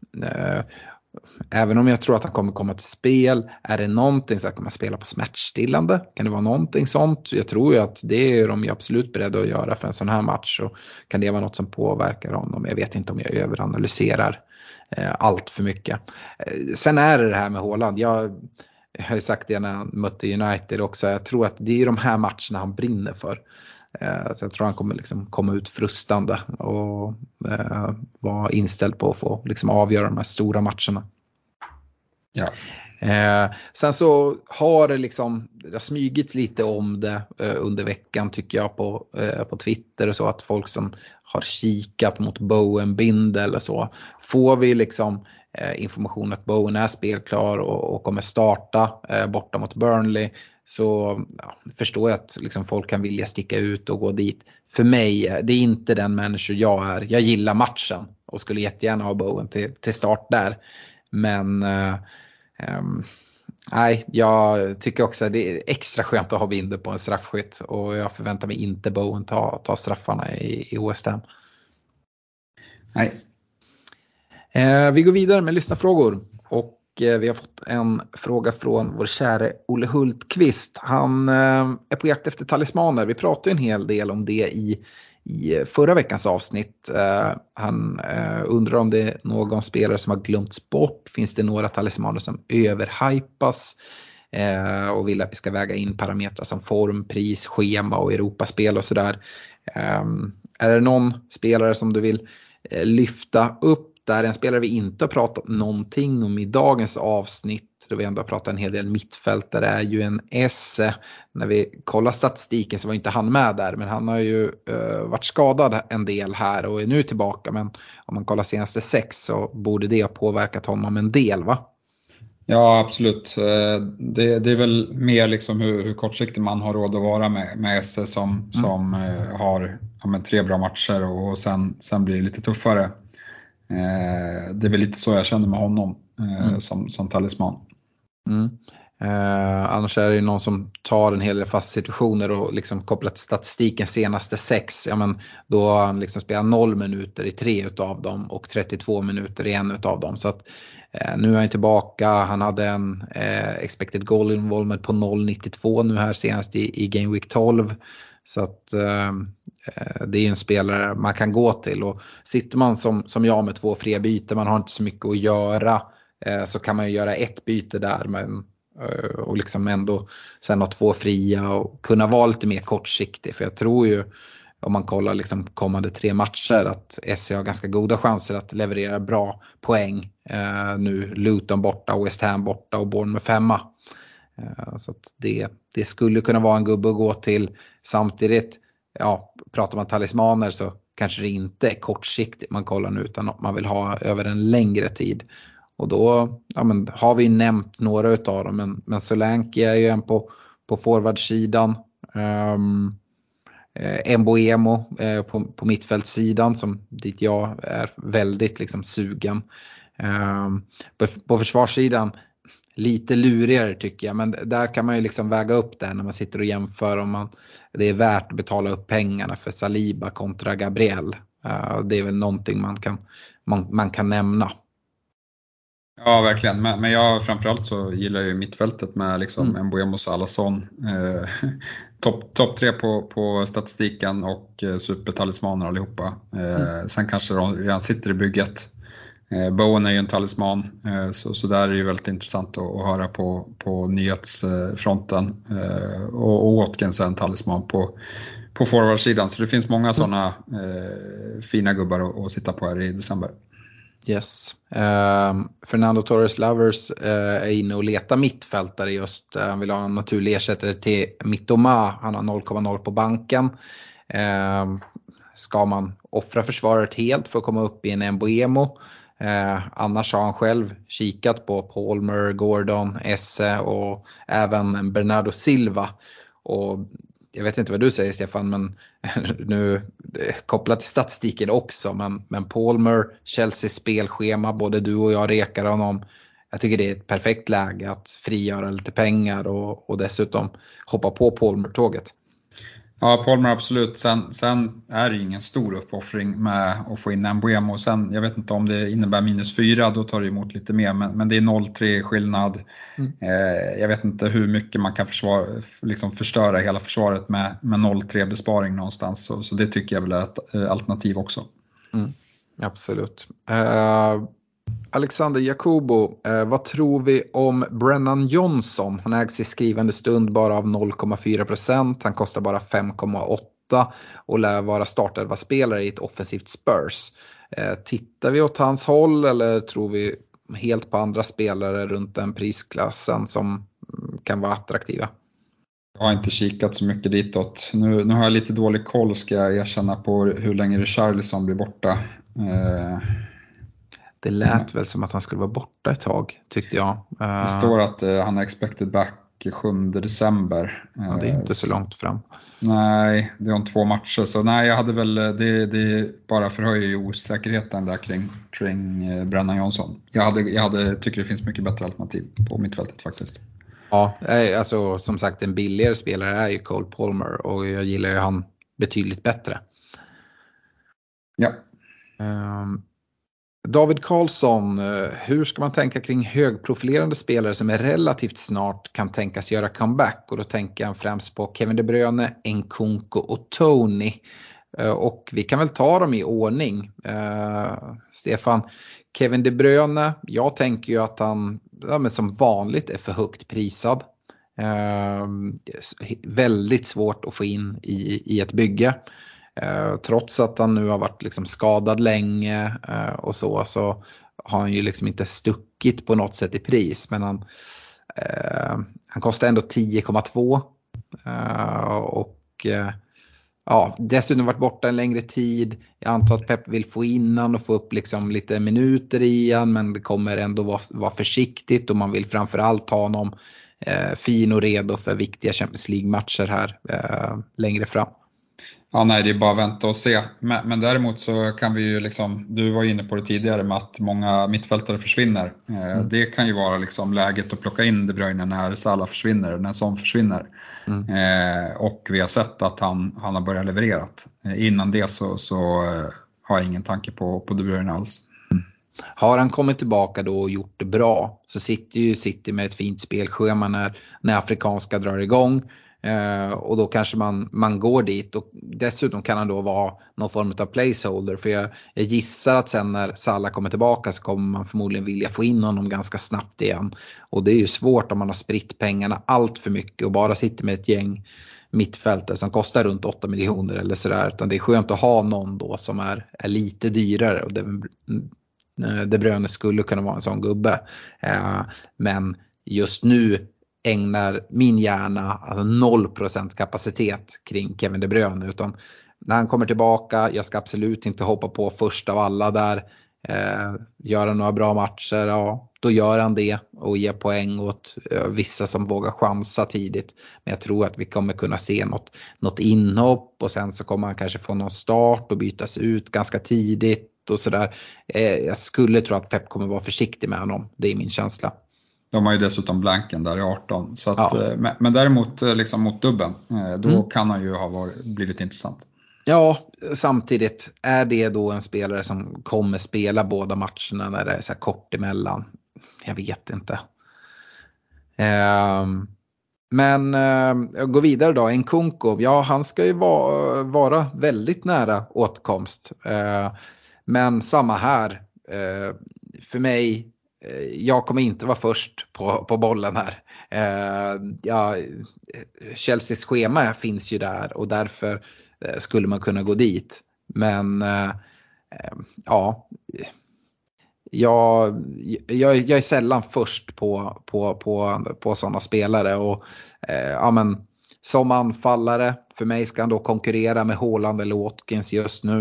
Speaker 2: även om jag tror att han kommer komma till spel, är det någonting så att man spela på smärtstillande? Kan det vara någonting sånt? Jag tror ju att det är de ju absolut beredda att göra för en sån här match, och kan det vara något som påverkar honom? Jag vet inte om jag överanalyserar allt för mycket. Sen är det här med Haaland, jag har ju sagt det när han mötte United också, jag tror att det är de här matcherna han brinner för. Så jag tror han kommer liksom komma ut frustande och vara inställd på att få liksom avgöra de här stora matcherna. Ja. Sen så har det har smygits lite om det under veckan, tycker jag, på Twitter och så, att folk som har kikat mot Bowen bindel och så, får vi liksom information att Bowen är spelklar och kommer starta borta mot Burnley, så förstår jag att liksom folk kan vilja sticka ut och gå dit. För mig, det är inte den människa jag är. Jag gillar matchen och skulle jättegärna ha Bowen till start där. Men nej, jag tycker också att det är extra skönt att ha Binder på en straffskytt, och jag förväntar mig inte Bowen ta straffarna i West Ham.
Speaker 3: Nej.
Speaker 2: Vi går vidare med lyssnarfrågor, och vi har fått en fråga från vår käre Olle Hultqvist. Han är på jakt efter talismaner. Vi pratade en hel del om det i förra veckans avsnitt. Han undrar om det är någon spelare som har glömts bort. Finns det några talismaner som överhypas? Och vill att vi ska väga in parametrar som form, pris, schema och Europaspel och sådär. Är det någon spelare som du vill lyfta upp? Där en spelare vi inte har pratat någonting om i dagens avsnitt, då vi ändå har pratat en hel del mittfältare, är ju en Esse. När vi kollar statistiken så var inte han med där, men han har ju varit skadad en del här och är nu tillbaka. Men om man kollar senaste 6 så borde det ha påverkat honom en del, va?
Speaker 3: Ja, absolut. Det är väl mer liksom hur kortsiktig man har råd att vara med Esse som har 3 bra matcher och sen blir det lite tuffare. Det är väl lite så jag känner med honom som talisman.
Speaker 2: Annars är det ju någon som tar en hel del fast situationer och liksom kopplat till statistiken senaste 6. Ja, men då har han liksom spelat 0 minuter i 3 utav dem och 32 minuter i 1 utav dem. Så att nu är han tillbaka. Han hade en expected goal involvement på 0,92 nu här senast i Game Week 12. Så att det är ju en spelare man kan gå till. Och sitter man som jag med 2 fria byten, man har inte så mycket att göra, så kan man ju göra ett byte där. Men och liksom ändå sen ha 2 fria och kunna vara lite mer kortsiktig. För jag tror ju, om man kollar liksom kommande 3 matcher, att SC har ganska goda chanser att leverera bra poäng. Nu Luton borta, West Ham borta och Bournemouth hemma. Så att det skulle kunna vara en gubbe att gå till. Samtidigt, ja, pratar man talismaner så kanske det inte är kortsiktigt man kollar nu, utan man vill ha över en längre tid. Och då har vi nämnt några utav dem, men Solanke är ju en på forwardsidan. Mbeumo på mittfältssidan, som dit jag är väldigt liksom sugen. På försvarssidan lite lurigare tycker jag, men där kan man ju liksom väga upp det när man sitter och jämför om det är värt att betala upp pengarna för Saliba kontra Gabriel. Det är väl någonting man kan nämna.
Speaker 3: Ja, verkligen. Men jag framförallt så gillar ju mittfältet med liksom Mbeumo och Alisson. Topp 3 på statistiken och supertalismaner allihopa. Sen kanske de redan sitter i bygget. Bowen är ju en talisman, så där är det ju väldigt intressant att höra på nyhetsfronten. Och Watkins är en talisman på forwardsidan. Så det finns många sådana fina gubbar att sitta på här i december.
Speaker 2: Yes. Fernando Torres Lovers är inne och letar mittfältare just. Han vill ha en naturlig ersättare till Mittoma. Han har 0,0 på banken. Ska man offra försvaret helt för att komma upp i en Mbeumo? Annars har han själv kikat på Palmer, Gordon, Esse och även Bernardo Silva. Och jag vet inte vad du säger, Stefan, men nu kopplat till statistiken också, men Palmer, Chelsea spelschema, både du och jag rekar honom. Jag tycker det är ett perfekt läge att frigöra lite pengar och dessutom hoppa på Palmer-tåget.
Speaker 3: Ja, Palmer absolut. Sen är det ingen stor uppoffring med att få in Mbeumo. Sen, jag vet inte om det innebär -4, då tar det emot lite mer. Men det är 0,3 skillnad. Jag vet inte hur mycket man kan förstöra hela försvaret med 0,3 besparing någonstans. Så det tycker jag väl är ett alternativ också.
Speaker 2: Absolut. Alexander Jacobo, vad tror vi om Brennan Johnson? Han ägs i skrivande stund bara av 0,4%. Han kostar bara 5,8 och lär vara startelva-spelare i ett offensivt Spurs. Tittar vi åt hans håll eller tror vi helt på andra spelare runt den prisklassen som kan vara attraktiva?
Speaker 3: Jag har inte kikat så mycket ditåt. Nu har jag lite dålig koll, ska jag erkänna, på hur länge Richarlison blir borta.
Speaker 2: Det lät väl som att han skulle vara borta ett tag, tyckte jag.
Speaker 3: Det står att han är expected back 7 december.
Speaker 2: Ja, det är inte så långt fram.
Speaker 3: Nej, det är om 2 matcher. Så nej, jag hade väl, det bara förhöjer osäkerheten där kring Brennan Johnson. Jag tycker det finns mycket bättre alternativ på mittfältet faktiskt.
Speaker 2: Ja, alltså som sagt, en billigare spelare är ju Cole Palmer och jag gillar ju han betydligt bättre.
Speaker 3: Ja.
Speaker 2: David Karlsson, hur ska man tänka kring högprofilerande spelare som är relativt snart kan tänkas göra comeback? Och då tänker jag främst på Kevin De Bruyne, Nkunku och Tony. Och vi kan väl ta dem i ordning. Stefan, Kevin De Bruyne, jag tänker ju att han som vanligt är för högt prisad. Väldigt svårt att få in i ett bygge. Trots att han nu har varit liksom skadad länge och så har han ju liksom inte stuckit på något sätt i pris. Men han kostar ändå 10,2 och dessutom varit borta en längre tid. Jag antar att Pep vill få in han och få upp liksom lite minuter i han, men det kommer ändå vara försiktigt och man vill framförallt ha honom fin och redo för viktiga Champions League-matcher här längre fram.
Speaker 3: Ja, nej, det är bara att vänta och se. Men däremot så kan vi ju liksom, du var inne på det tidigare med att många mittfältare försvinner. Det kan ju vara liksom läget att plocka in De Bruyne när Salah försvinner, när Son försvinner. Och vi har sett att han har börjat levererat. Innan det så har jag ingen tanke på De Bruyne alls.
Speaker 2: Har han kommit tillbaka då och gjort det bra, så sitter ju City med ett fint spelschema när afrikanska drar igång. Och då kanske man går dit, och dessutom kan han då vara någon form av placeholder, för jag gissar att sen när Salah kommer tillbaka så kommer man förmodligen vilja få in honom ganska snabbt igen, och det är ju svårt om man har spritt pengarna allt för mycket och bara sitter med ett gäng mittfältare som kostar runt 8 miljoner eller sådär, utan det är skönt att ha någon då som är lite dyrare, och De Bruyne skulle kunna vara en sån gubbe. Men just nu ägnar min hjärna alltså 0% kapacitet kring Kevin De Bruyne, utan när han kommer tillbaka, jag ska absolut inte hoppa på först av alla där, göra några bra matcher, ja, då gör han det och ger poäng åt vissa som vågar chansa tidigt, men jag tror att vi kommer kunna se något inhopp, och sen så kommer han kanske få någon start och bytas ut ganska tidigt och sådär. Jag skulle tro att Pep kommer vara försiktig med honom, det är min känsla.
Speaker 3: De har ju dessutom blanken där i 18. Så att, ja. Men däremot liksom mot dubben, då kan han ju ha blivit intressant.
Speaker 2: Ja, samtidigt är det då en spelare som kommer spela båda matcherna när det är så här kort emellan. Jag vet inte. Men jag går vidare då. Nkunku, ja, han ska ju vara väldigt nära åtkomst. Men samma här. För mig, jag kommer inte vara först på bollen här. Chelseas schema finns ju där, och därför skulle man kunna gå dit. Men jag är sällan först på sådana spelare, och men som anfallare för mig ska han då konkurrera med Haaland eller Watkins just nu.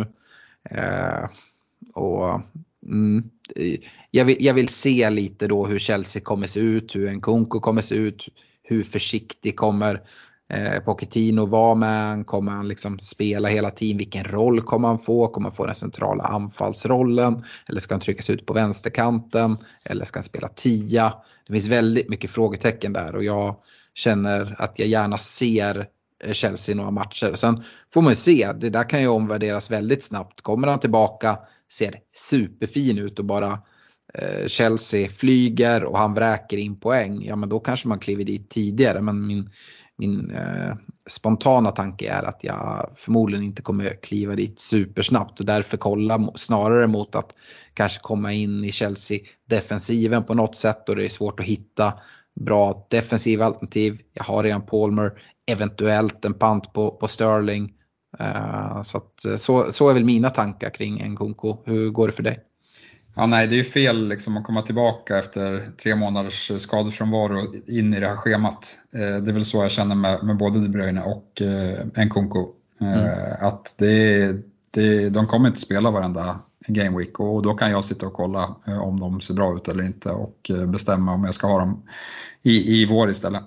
Speaker 2: Jag vill se lite då hur Chelsea kommer se ut, hur Nkunku kommer se ut, hur försiktig kommer Pochettino vara med, kommer han liksom spela hela tiden, vilken roll kommer han få den centrala anfallsrollen, eller ska han tryckas ut på vänsterkanten, eller ska han spela 10? Det finns väldigt mycket frågetecken där, och jag känner att jag gärna ser Chelsea i några matcher. Sen får man se, det där kan ju omvärderas väldigt snabbt. Kommer han tillbaka, ser superfin ut och bara Chelsea flyger och han vräker in poäng, ja men då kanske man kliver dit tidigare. Men min spontana tanke är att jag förmodligen inte kommer kliva dit supersnabbt, och därför kolla snarare mot att kanske komma in i Chelsea-defensiven på något sätt, och det är svårt att hitta bra defensiva alternativ. Jag har redan Palmer, eventuellt en pant på Sterling. Så är väl mina tankar kring Nkunku. Hur går det för dig?
Speaker 3: Ja, nej, det är ju fel liksom att komma tillbaka efter 3 månaders skadefrånvaro in i det här schemat. Det är väl så jag känner med både De Bruyne och Nkunku. Att de kommer inte spela varenda game week, och då kan jag sitta och kolla om de ser bra ut eller inte, och bestämma om jag ska ha dem i vår istället.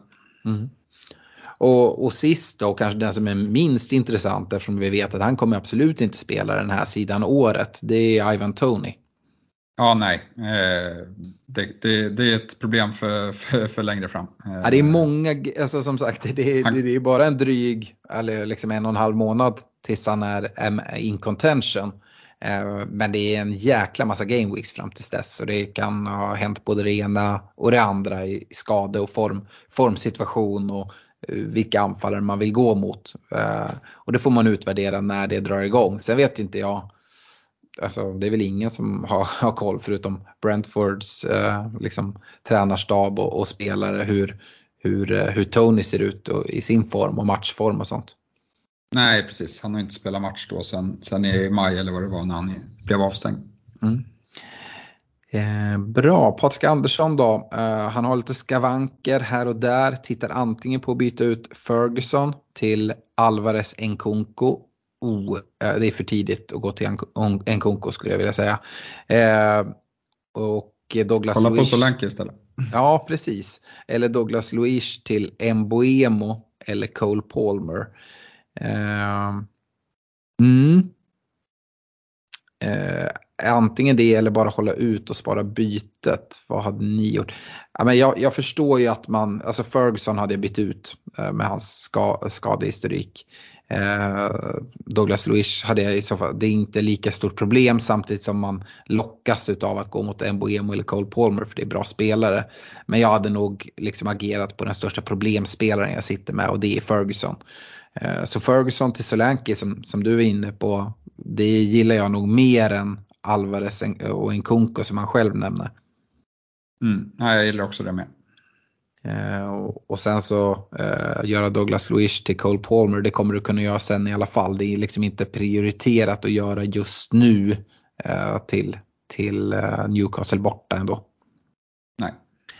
Speaker 2: Och sist då, kanske den som är minst intressant, eftersom vi vet att han kommer absolut inte spela den här sidan året, det är Ivan Toney.
Speaker 3: Ja, nej. Det är ett problem för längre fram.
Speaker 2: Ja, det är många, alltså som sagt, det är bara en dryg, eller liksom 1,5 månad tills han är in contention. Men det är en jäkla massa game weeks fram till dess, och det kan ha hänt både det ena och det andra i skade och formsituation, och vilka anfallare man vill gå mot. Och det får man utvärdera när det drar igång. Sen vet inte jag, alltså det är väl ingen som har koll förutom Brentfords liksom tränarstab och spelare hur Toney ser ut och i sin form och matchform och sånt.
Speaker 3: Nej, precis. Han har inte spelat match då sen i maj eller vad det var när han blev avstängd.
Speaker 2: Bra, Patrik Andersson då. Han har lite skavanker här och där. Tittar antingen på att byta ut Ferguson till Alvarez Nkunku. Det är för tidigt att gå till Nkunku, skulle jag vilja säga. Och Douglas
Speaker 3: kolla
Speaker 2: Luiz.
Speaker 3: på Solanke istället.
Speaker 2: Ja, precis. Eller Douglas Luiz till Mbeumo eller Cole Palmer. Antingen det eller bara hålla ut och spara bytet. Vad hade ni gjort? Ja, men jag förstår ju att alltså Ferguson hade bytt ut med hans skadehistorik. Douglas Luiz hade jag i så fall, det är inte lika stort problem, samtidigt som man lockas utav att gå mot Mbeumo eller Cole Palmer för det är bra spelare. Men jag hade nog liksom agerat på den största problemspelaren jag sitter med, och det är Ferguson. Så Ferguson till Solanke som du är inne på, det gillar jag nog mer än Alvarez och Nkunku som han själv nämner.
Speaker 3: Ja, jag gillar också det med.
Speaker 2: Och sen så göra Douglas Luiz till Cole Palmer, det kommer du kunna göra sen i alla fall. Det är liksom inte prioriterat att göra just nu till Newcastle borta ändå.
Speaker 3: Nej.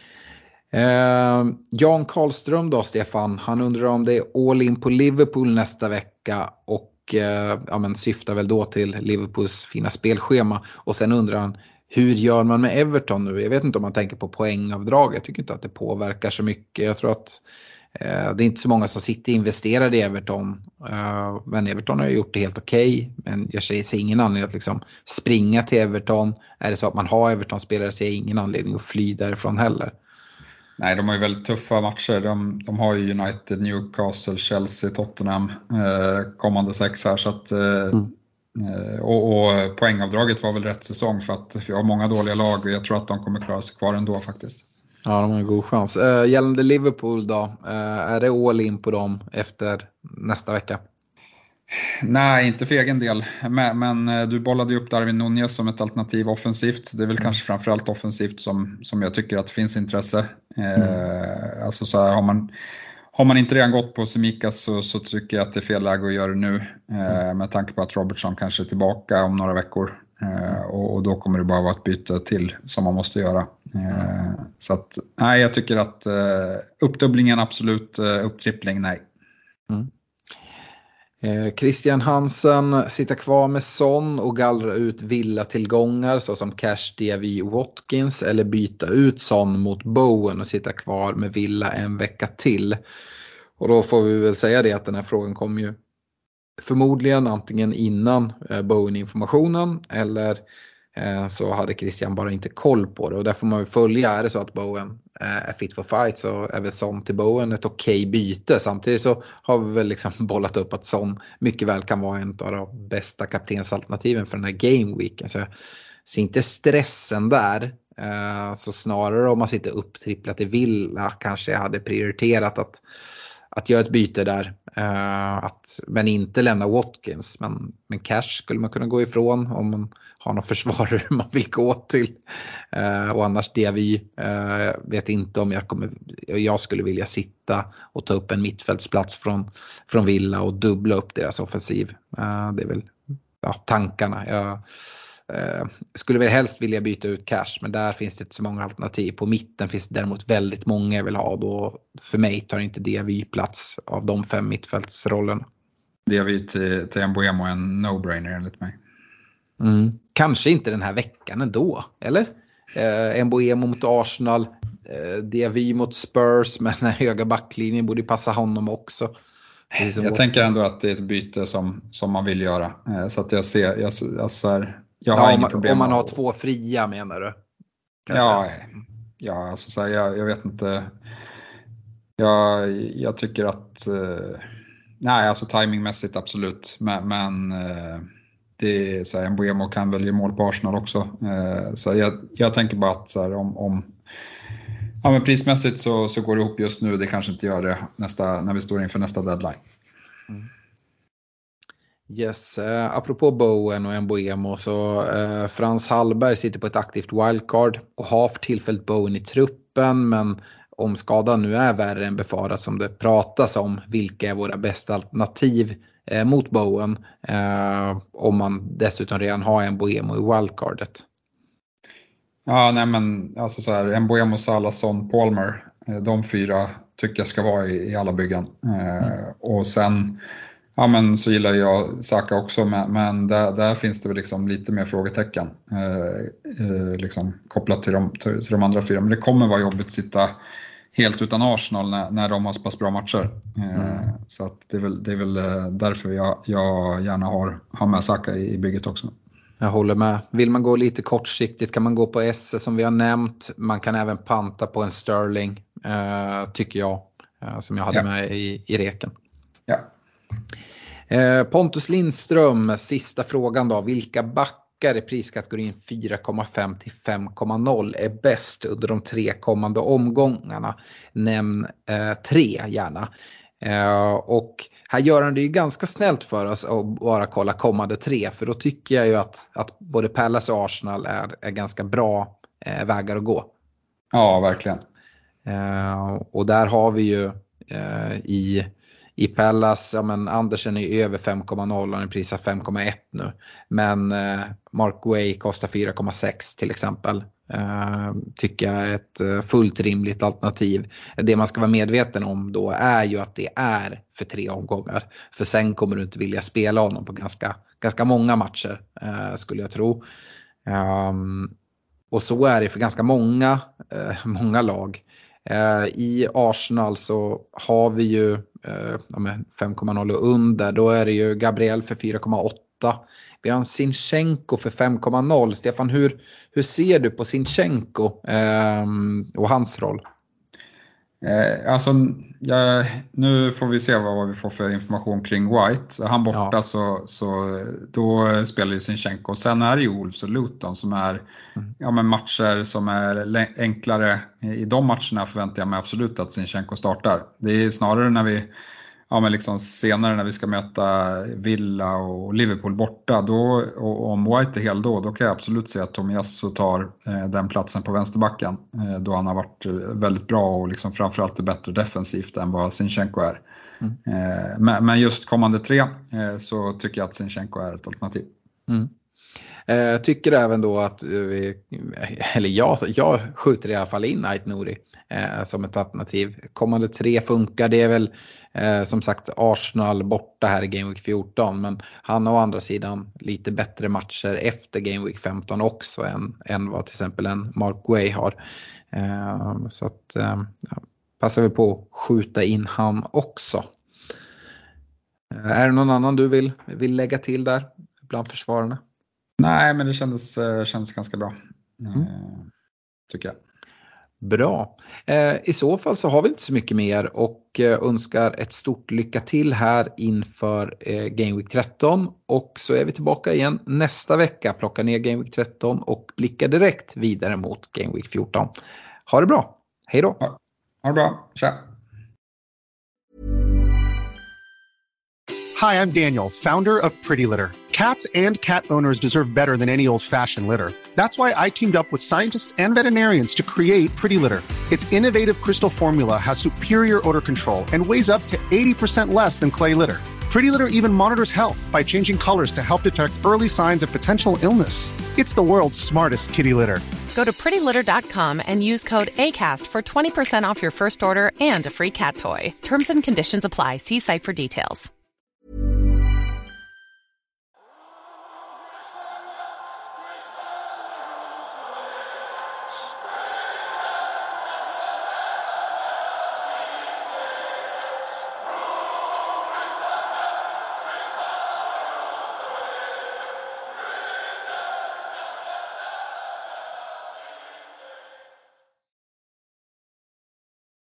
Speaker 2: Jan Karlström då, Stefan, han undrar om det är all in på Liverpool nästa vecka och syftar väl då till Liverpools fina spelschema. Och sen undrar han, hur gör man med Everton nu? Jag vet inte om man tänker på poängavdrag. Jag tycker inte att det påverkar så mycket. Jag tror att det är inte så många som sitter investerade i Everton. Men Everton har gjort det helt okej. Men jag ser ingen anledning att liksom springa till Everton. Är det så att man har Everton-spelare, ser jag ingen anledning att fly därifrån heller.
Speaker 3: Nej, de har ju väldigt tuffa matcher. De har ju United, Newcastle, Chelsea, Tottenham kommande 6 här. Så att, och poängavdraget var väl rätt säsong, för att vi har många dåliga lag och jag tror att de kommer klara sig kvar ändå faktiskt.
Speaker 2: Ja, de har en god chans. Gällande Liverpool då, är det all in på dem efter nästa vecka?
Speaker 3: Nej, inte för egen del. Men du bollade ju upp Darwin Nunez som ett alternativ offensivt. Det är väl kanske framförallt offensivt som jag tycker att det finns intresse. Alltså så här, har man inte redan gått på Semikas så tycker jag att det är fel läge att göra det nu. Med tanke på att Robertson kanske är tillbaka om några veckor. Och då kommer det bara vara ett byte till som man måste göra. Så att, nej, jag tycker att uppdubblingen absolut, upptrippling nej.
Speaker 2: Christian Hansen sitter kvar med Son och gallra ut Villa-tillgångar såsom Cash, Diaby och Watkins, eller byta ut Son mot Bowen och sitta kvar med Villa en vecka till. Och då får vi väl säga det att den här frågan kommer ju förmodligen antingen innan Bowen-informationen, eller så hade Christian bara inte koll på det. Och där får man ju följa, är det så att Bowen är fit for fight så är väl Son till Bowen ett okej byte. Samtidigt så har vi väl liksom bollat upp att Son mycket väl kan vara en av de bästa kaptensalternativen för den här gameweeken. Så jag ser inte stressen där. Så snarare om man sitter upptripplat i Villa kanske jag hade prioriterat att göra ett byte där. Men inte lämna Watkins. Men Cash skulle man kunna gå ifrån om man har någon försvarare man vill gå till. Och annars Diaby, vet inte om jag skulle vilja sitta och ta upp en mittfältsplats från Villa och dubbla upp deras offensiv. Det är väl tankarna. Jag skulle väl helst vilja byta ut Cash, men där finns det inte så många alternativ. På mitten finns det däremot väldigt många jag vill ha. Då för mig tar inte Diaby plats av de 5 mittfältsrollerna.
Speaker 3: Diaby till Mbeumo är en no-brainer enligt mig.
Speaker 2: Kanske inte den här veckan ändå, eller? Mbeumo mot Arsenal, Diaby mot Spurs, men den höga backlinjen borde passa honom också.
Speaker 3: Jag tänker ändå att det är ett byte som man vill göra. Så att jag har inga problem.
Speaker 2: Om man har 2 fria, menar du?
Speaker 3: Ja, alltså så här, jag vet inte. Jag tycker att nej, alltså timingmässigt absolut, men det är så här, Mbeumo kan väl ge mål på Arsenal också. Så jag tänker bara att så här, om men prismässigt så går det ihop just nu. Det kanske inte gör det när vi står inför nästa deadline.
Speaker 2: Yes, apropå Bowen och Mbeumo så Frans Hallberg sitter på ett aktivt wildcard och har för tillfället Bowen i truppen, men om skadan nu är värre än befarat som det pratas om, vilka är våra bästa alternativ mot Bowen om man dessutom redan har Mbeumo i wildcardet?
Speaker 3: Ja, nej men alltså så här, Mbeumo, Salah, Son, Palmer, de 4 tycker jag ska vara i alla byggen. Och sen men så gillar jag Saka också, men där finns det väl liksom lite mer frågetecken liksom kopplat till de andra 4. Men det kommer vara jobbigt att helt utan Arsenal när de har så pass bra matcher. Så att det är väl därför jag gärna har med Saka i bygget också.
Speaker 2: Jag håller med. Vill man gå lite kortsiktigt kan man gå på Esse som vi har nämnt. Man kan även panta på en Sterling, tycker jag, som jag hade med i reken.
Speaker 3: Ja.
Speaker 2: Pontus Lindström, sista frågan då. Vilka backar i priskategorin 4,5 till 5,0 är bäst under de 3 kommande omgångarna? Nämn 3 gärna. Och här gör han det ju ganska snällt för oss att bara kolla kommande 3. För då tycker jag ju att både Palace och Arsenal är ganska bra vägar att gå.
Speaker 3: Ja, verkligen.
Speaker 2: Och där har vi ju i Palace, ja, men Andersen är över 5,0 och den prisar 5,1 nu. Men Mark Way kostar 4,6 till exempel. Tycker jag är ett fullt rimligt alternativ. Det man ska vara medveten om då är ju att det är för 3 omgångar. För sen kommer du inte vilja spela honom på ganska många matcher, skulle jag tro. Och så är det för ganska många lag. I Arsenal så har vi ju 5,0 och under. Då är det ju Gabriel för 4,8. Vi har en Zinchenko för 5,0. Stefan, hur ser du på Zinchenko och hans roll?
Speaker 3: Nu får vi se vad vi får för information kring White. Han borta så då spelar ju Zinchenko. Sen är det ju Wolves och Luton som är matcher som är enklare. I de matcherna förväntar jag mig absolut att Zinchenko startar. Det är snarare när vi senare när vi ska möta Villa och Liverpool borta, då, och om White är hel då kan jag absolut se att Tomiyasu tar den platsen på vänsterbacken, då han har varit väldigt bra och liksom framförallt är bättre defensivt än vad Zinchenko är. Men just kommande 3 så tycker jag att Zinchenko är ett alternativ.
Speaker 2: Tycker även då att jag skjuter i alla fall in Ait-Nouri som ett alternativ. Kommande 3 funkar. Det är väl som sagt Arsenal borta här i Game Week 14, men han har å andra sidan lite bättre matcher efter Game Week 15 också än vad till exempel en Mark Way har. Så att passar vi på att skjuta in han också. Är det någon annan du vill lägga till där bland försvararna?
Speaker 3: Nej, men det kändes ganska bra, tycker jag.
Speaker 2: Bra. I så fall så har vi inte så mycket mer och önskar ett stort lycka till här inför Game Week 13. Och så är vi tillbaka igen nästa vecka, plockar ner Game Week 13 och blickar direkt vidare mot Game Week 14. Ha det bra. Hej då.
Speaker 3: Ha det bra. Tja.
Speaker 7: Hi, I'm Daniel, founder of Pretty Litter. Cats and cat owners deserve better than any old-fashioned litter. That's why I teamed up with scientists and veterinarians to create Pretty Litter. Its innovative crystal formula has superior odor control and weighs up to 80% less than clay litter. Pretty Litter even monitors health by changing colors to help detect early signs of potential illness. It's the world's smartest kitty litter.
Speaker 8: Go to prettylitter.com and use code ACAST for 20% off your first order and a free cat toy. Terms and conditions apply. See site for details.